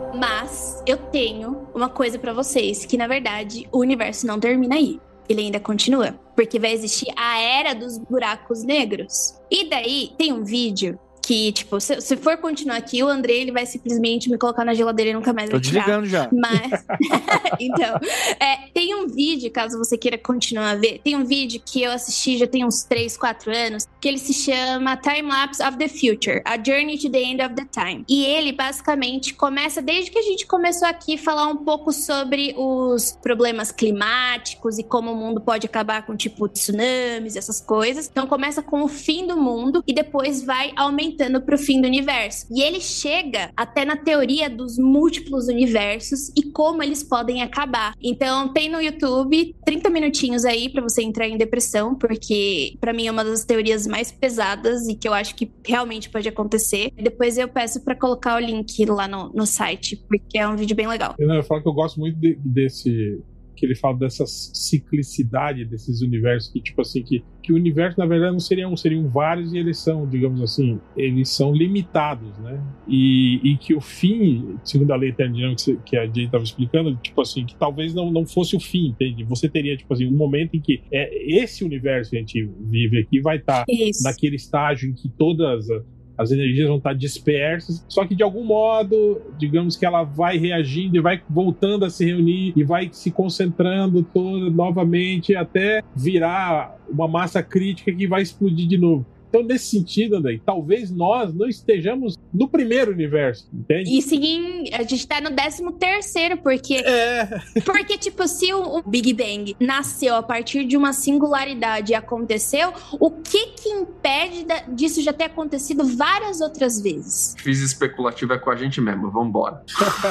S5: Mas eu tenho uma coisa pra vocês, que na verdade o universo não termina aí. Ele ainda continua, porque vai existir a Era dos Buracos Negros. E daí tem um vídeo que, tipo, se for continuar aqui, o André, ele vai simplesmente me colocar na geladeira e nunca mais vai tirar.
S2: Tô desligando já.
S5: Mas, então, tem um vídeo, caso você queira continuar a ver, tem um vídeo que eu assisti já tem uns 3, 4 anos, que ele se chama Time Lapse of the Future, A Journey to the End of the Time. E ele, basicamente, começa, desde que a gente começou aqui, falar um pouco sobre os problemas climáticos e como o mundo pode acabar com, tipo, tsunamis, essas coisas. Então, começa com o fim do mundo e depois vai aumentando pro fim do universo. E ele chega até na teoria dos múltiplos universos e como eles podem acabar. Então, tem no YouTube 30 minutinhos aí pra você entrar em depressão, porque pra mim é uma das teorias mais pesadas e que eu acho que realmente pode acontecer. Depois eu peço pra colocar o link lá no site, porque é um vídeo bem legal.
S6: Eu falo que eu gosto muito desse... que ele fala dessa ciclicidade desses universos, que tipo assim, que o universo na verdade não seriam vários e eles são, digamos assim, eles são limitados, né? E que o fim, segundo a lei termodinâmica que a Jane estava explicando, tipo assim, que talvez não fosse o fim, entende? Você teria, tipo assim, um momento em que esse universo que a gente vive aqui vai estar naquele estágio em que todas as energias vão estar dispersas, só que de algum modo, digamos que ela vai reagindo e vai voltando a se reunir e vai se concentrando toda novamente até virar uma massa crítica que vai explodir de novo. Então, nesse sentido, André, talvez nós não estejamos no primeiro universo, entende?
S5: E sim, a gente tá no 13º, porque... Porque, tipo, se o Big Bang nasceu a partir de uma singularidade e aconteceu, o que impede disso já ter acontecido várias outras vezes?
S4: Física especulativa é com a gente mesmo, vambora.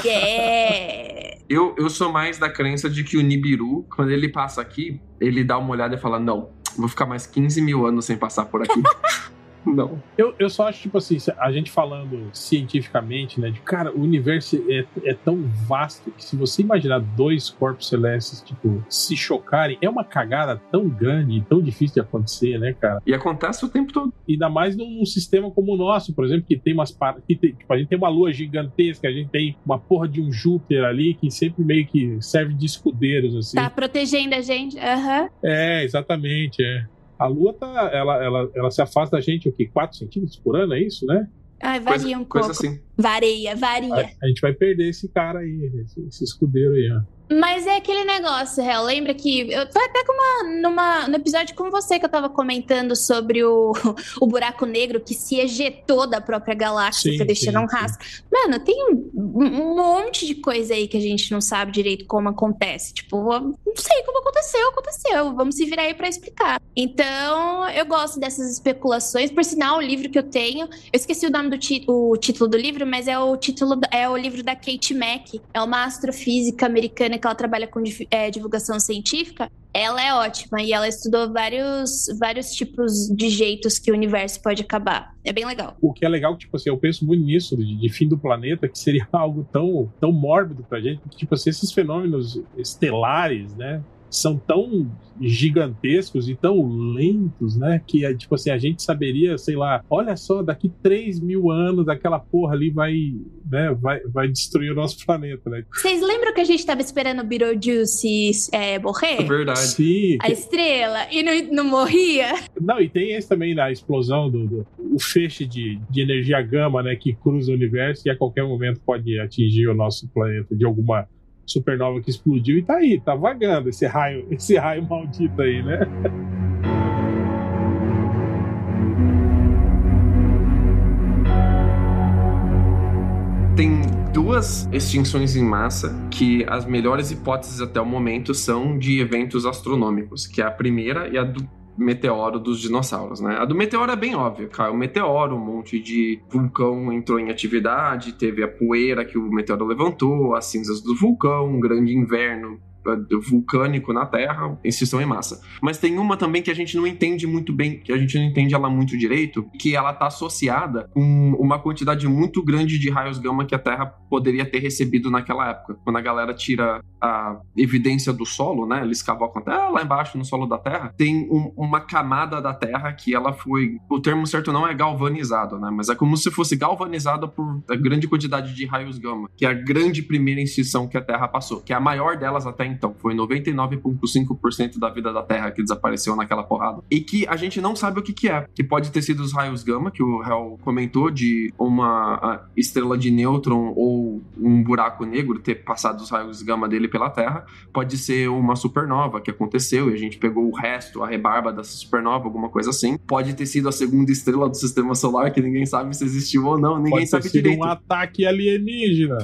S4: Eu sou mais da crença de que o Nibiru, quando ele passa aqui, ele dá uma olhada e fala, não, vou ficar mais 15 mil anos sem passar por aqui. Não.
S6: Eu só acho, tipo assim, a gente falando cientificamente, né, de cara, o universo é tão vasto que se você imaginar 2 corpos celestes, tipo, se chocarem, é uma cagada tão grande e tão difícil de acontecer, né, cara?
S4: E acontece o tempo todo.
S6: Ainda mais num sistema como o nosso, por exemplo, que tem tipo, a gente tem uma lua gigantesca, a gente tem uma porra de um Júpiter ali que sempre meio que serve de escudeiros, assim.
S5: Tá protegendo a gente,
S6: Exatamente, A Lua ela se afasta da gente, o quê? 4 centímetros por ano, é isso, né?
S5: Ai, varia um pouco.
S4: Coisa assim.
S5: Varia.
S6: A gente vai perder esse cara aí, esse escudeiro aí, ó.
S5: Mas é aquele negócio, Hel. Lembra que eu tô até no episódio com você que eu tava comentando sobre o buraco negro que se ejetou da própria galáxia, deixando um rastro. Mano, tem um monte de coisa aí que a gente não sabe direito como acontece. Tipo, não sei como aconteceu. Vamos se virar aí pra explicar. Então, eu gosto dessas especulações. Por sinal, o livro que eu tenho, eu esqueci o nome do título do livro, mas é o livro da Kate Mack. É uma astrofísica americana que ela trabalha com divulgação científica. Ela é ótima e ela estudou vários tipos de jeitos que o universo pode acabar. É bem legal.
S6: O que é legal, tipo assim, eu penso muito nisso, de fim do planeta, que seria algo tão mórbido pra gente, porque, tipo assim, esses fenômenos estelares, né, são tão gigantescos e tão lentos, né, que, tipo assim, a gente saberia, sei lá, olha só, daqui 3.000 anos aquela porra ali vai destruir o nosso planeta, né?
S5: Vocês lembram que a gente tava esperando o Betelgeuse morrer?
S4: É verdade.
S6: Sim.
S5: A estrela, e não morria?
S6: Não, e tem esse também da explosão o feixe de energia gama, né, que cruza o universo e a qualquer momento pode atingir o nosso planeta de alguma supernova que explodiu e tá aí, tá vagando esse raio maldito aí, né?
S4: Tem 2 extinções em massa que as melhores hipóteses até o momento são de eventos astronômicos, que é a primeira e a do meteoro dos dinossauros, né? A do meteoro é bem óbvia, caiu um meteoro, um monte de vulcão entrou em atividade, teve a poeira que o meteoro levantou, as cinzas do vulcão, um grande inverno vulcânico na Terra, extinção em massa. Mas tem uma também que a gente não entende muito bem, que a gente não entende ela muito direito, que ela está associada com uma quantidade muito grande de raios gama que a Terra poderia ter recebido naquela época. Quando a galera tira a evidência do solo, né, eles cavocam até lá embaixo no solo da Terra, tem uma camada da Terra que ela foi, o termo certo não é galvanizado, né, mas é como se fosse galvanizada por a grande quantidade de raios gama, que é a grande primeira extinção que a Terra passou, que é a maior delas até então. Foi 99,5% da vida da Terra que desapareceu naquela porrada. E que a gente não sabe o que é. Que pode ter sido os raios gama, que o Hel comentou, de uma estrela de nêutron ou um buraco negro ter passado os raios gama dele pela Terra. Pode ser uma supernova que aconteceu e a gente pegou o resto, a rebarba dessa supernova, alguma coisa assim. Pode ter sido a segunda estrela do sistema solar, que ninguém sabe se existiu ou não. Ninguém sabe direito.
S6: Pode ter sido um ataque alienígena.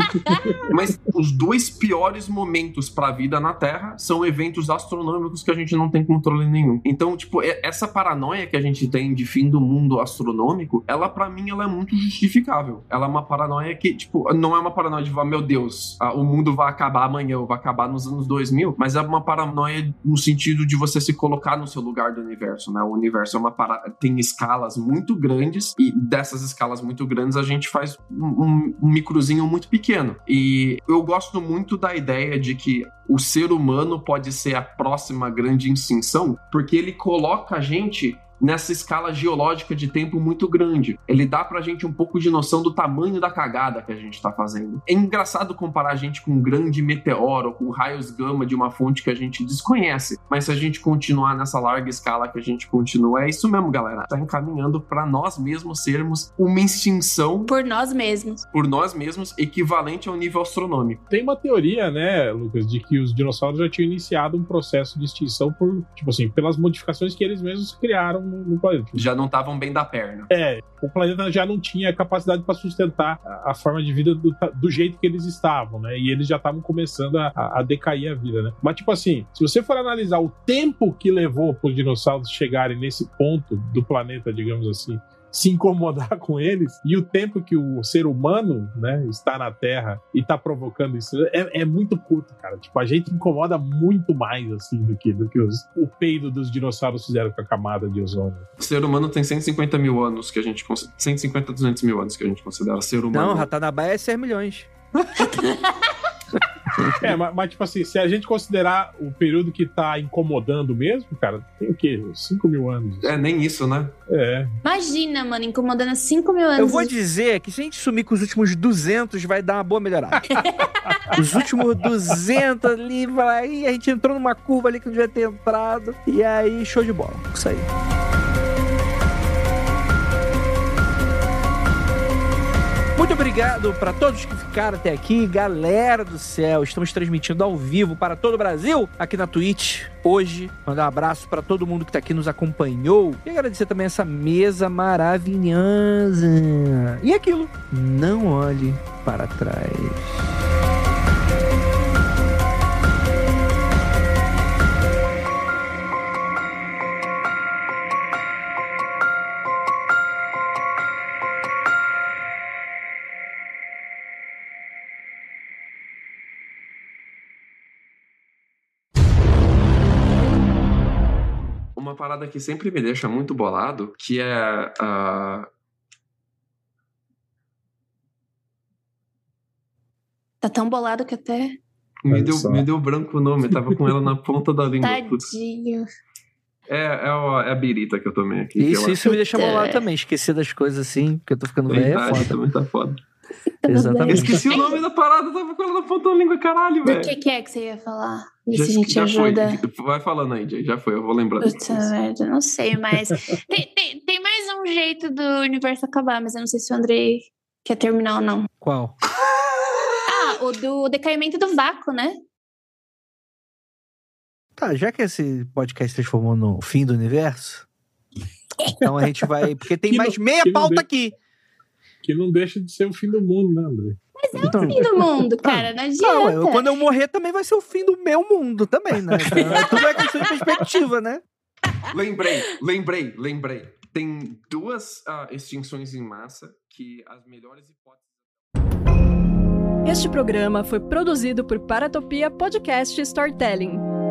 S4: Mas os dois piores momentos para a vida na Terra são eventos astronômicos que a gente não tem controle nenhum. Então, tipo, essa paranoia que a gente tem de fim do mundo astronômico, ela, pra mim, ela é muito justificável. Ela é uma paranoia que, tipo, não é uma paranoia de, meu Deus, o mundo vai acabar amanhã, ou vai acabar nos anos 2000, mas é uma paranoia no sentido de você se colocar no seu lugar do universo, né? O universo tem escalas muito grandes, e dessas escalas muito grandes a gente faz um microzinho muito pequeno. E eu gosto muito da ideia de que o ser humano pode ser a próxima grande extinção, porque ele coloca a gente nessa escala geológica de tempo muito grande. Ele dá pra gente um pouco de noção do tamanho da cagada que a gente tá fazendo. É engraçado comparar a gente com um grande meteoro, com raios gama de uma fonte que a gente desconhece, mas se a gente continuar nessa larga escala que a gente continua, é isso mesmo, galera. Tá encaminhando pra nós mesmos sermos uma extinção
S5: por nós mesmos,
S4: equivalente ao nível astronômico.
S6: Tem uma teoria, né, Lucas, de que os dinossauros já tinham iniciado um processo de extinção por, tipo assim, pelas modificações que eles mesmos criaram no planeta.
S4: Já não estavam bem da perna.
S6: O planeta já não tinha capacidade para sustentar a forma de vida do jeito que eles estavam, né? E eles já estavam começando a decair a vida, né? Mas, tipo assim, se você for analisar o tempo que levou para os dinossauros chegarem nesse ponto do planeta, digamos assim, se incomodar com eles, e o tempo que o ser humano, né, está na Terra e está provocando isso, é muito curto, cara. Tipo, a gente incomoda muito mais, assim, do que o peido dos dinossauros fizeram com a camada de ozônio.
S4: O ser humano tem 150 mil anos que a gente... 150 a 200 mil anos que a gente considera ser humano.
S2: Não, Ratanabá é 6 milhões.
S6: Mas tipo assim, se a gente considerar o período que tá incomodando mesmo, cara, tem o quê? 5 mil anos.
S4: Nem isso, né?
S5: Imagina, mano, incomodando há 5 mil anos.
S2: Eu vou dizer que se a gente sumir com os últimos 200, vai dar uma boa melhorada. Os últimos 200 ali, aí a gente entrou numa curva ali que não devia ter entrado, e aí show de bola. Isso aí. Muito obrigado para todos que ficaram até aqui, galera do céu. Estamos transmitindo ao vivo para todo o Brasil aqui na Twitch hoje. Mandar um abraço para todo mundo que tá aqui, nos acompanhou. E agradecer também essa mesa maravilhosa. E aquilo, não olhe para trás.
S4: Uma parada que sempre me deixa muito bolado, que é
S5: Tá tão bolado que até...
S4: Me deu branco o nome, eu tava com ela na ponta da língua.
S5: Tadinho.
S4: É a birita que eu tomei aqui.
S2: Isso me deixa bolado também, esquecer das coisas assim, porque eu tô ficando velho, é foda.
S4: Também tá foda.
S2: Exatamente.
S4: Esqueci o nome da parada, tava com ela na ponta da língua, caralho, velho.
S5: Do que é que você ia falar? Vê se a gente ajuda.
S4: Vai falando aí, Jay. Já foi, eu vou lembrar.
S5: Puta merda, não sei, mas... tem mais um jeito do universo acabar, mas eu não sei se o Andrei quer terminar ou não.
S2: Qual?
S5: O do decaimento do vácuo, né?
S2: Tá, já que esse podcast se transformou no fim do universo, então a gente vai... Porque tem mais meia pauta aqui.
S6: Que não deixa de ser o fim do mundo, né, André?
S5: Mas é o fim do mundo, cara, não adianta.
S2: Quando eu morrer também vai ser o fim do meu mundo também, né? Então, tudo é questão de perspectiva, né?
S4: Lembrei. Tem duas extinções em massa que as melhores hipóteses...
S9: Este programa foi produzido por Paratopia Podcast Storytelling.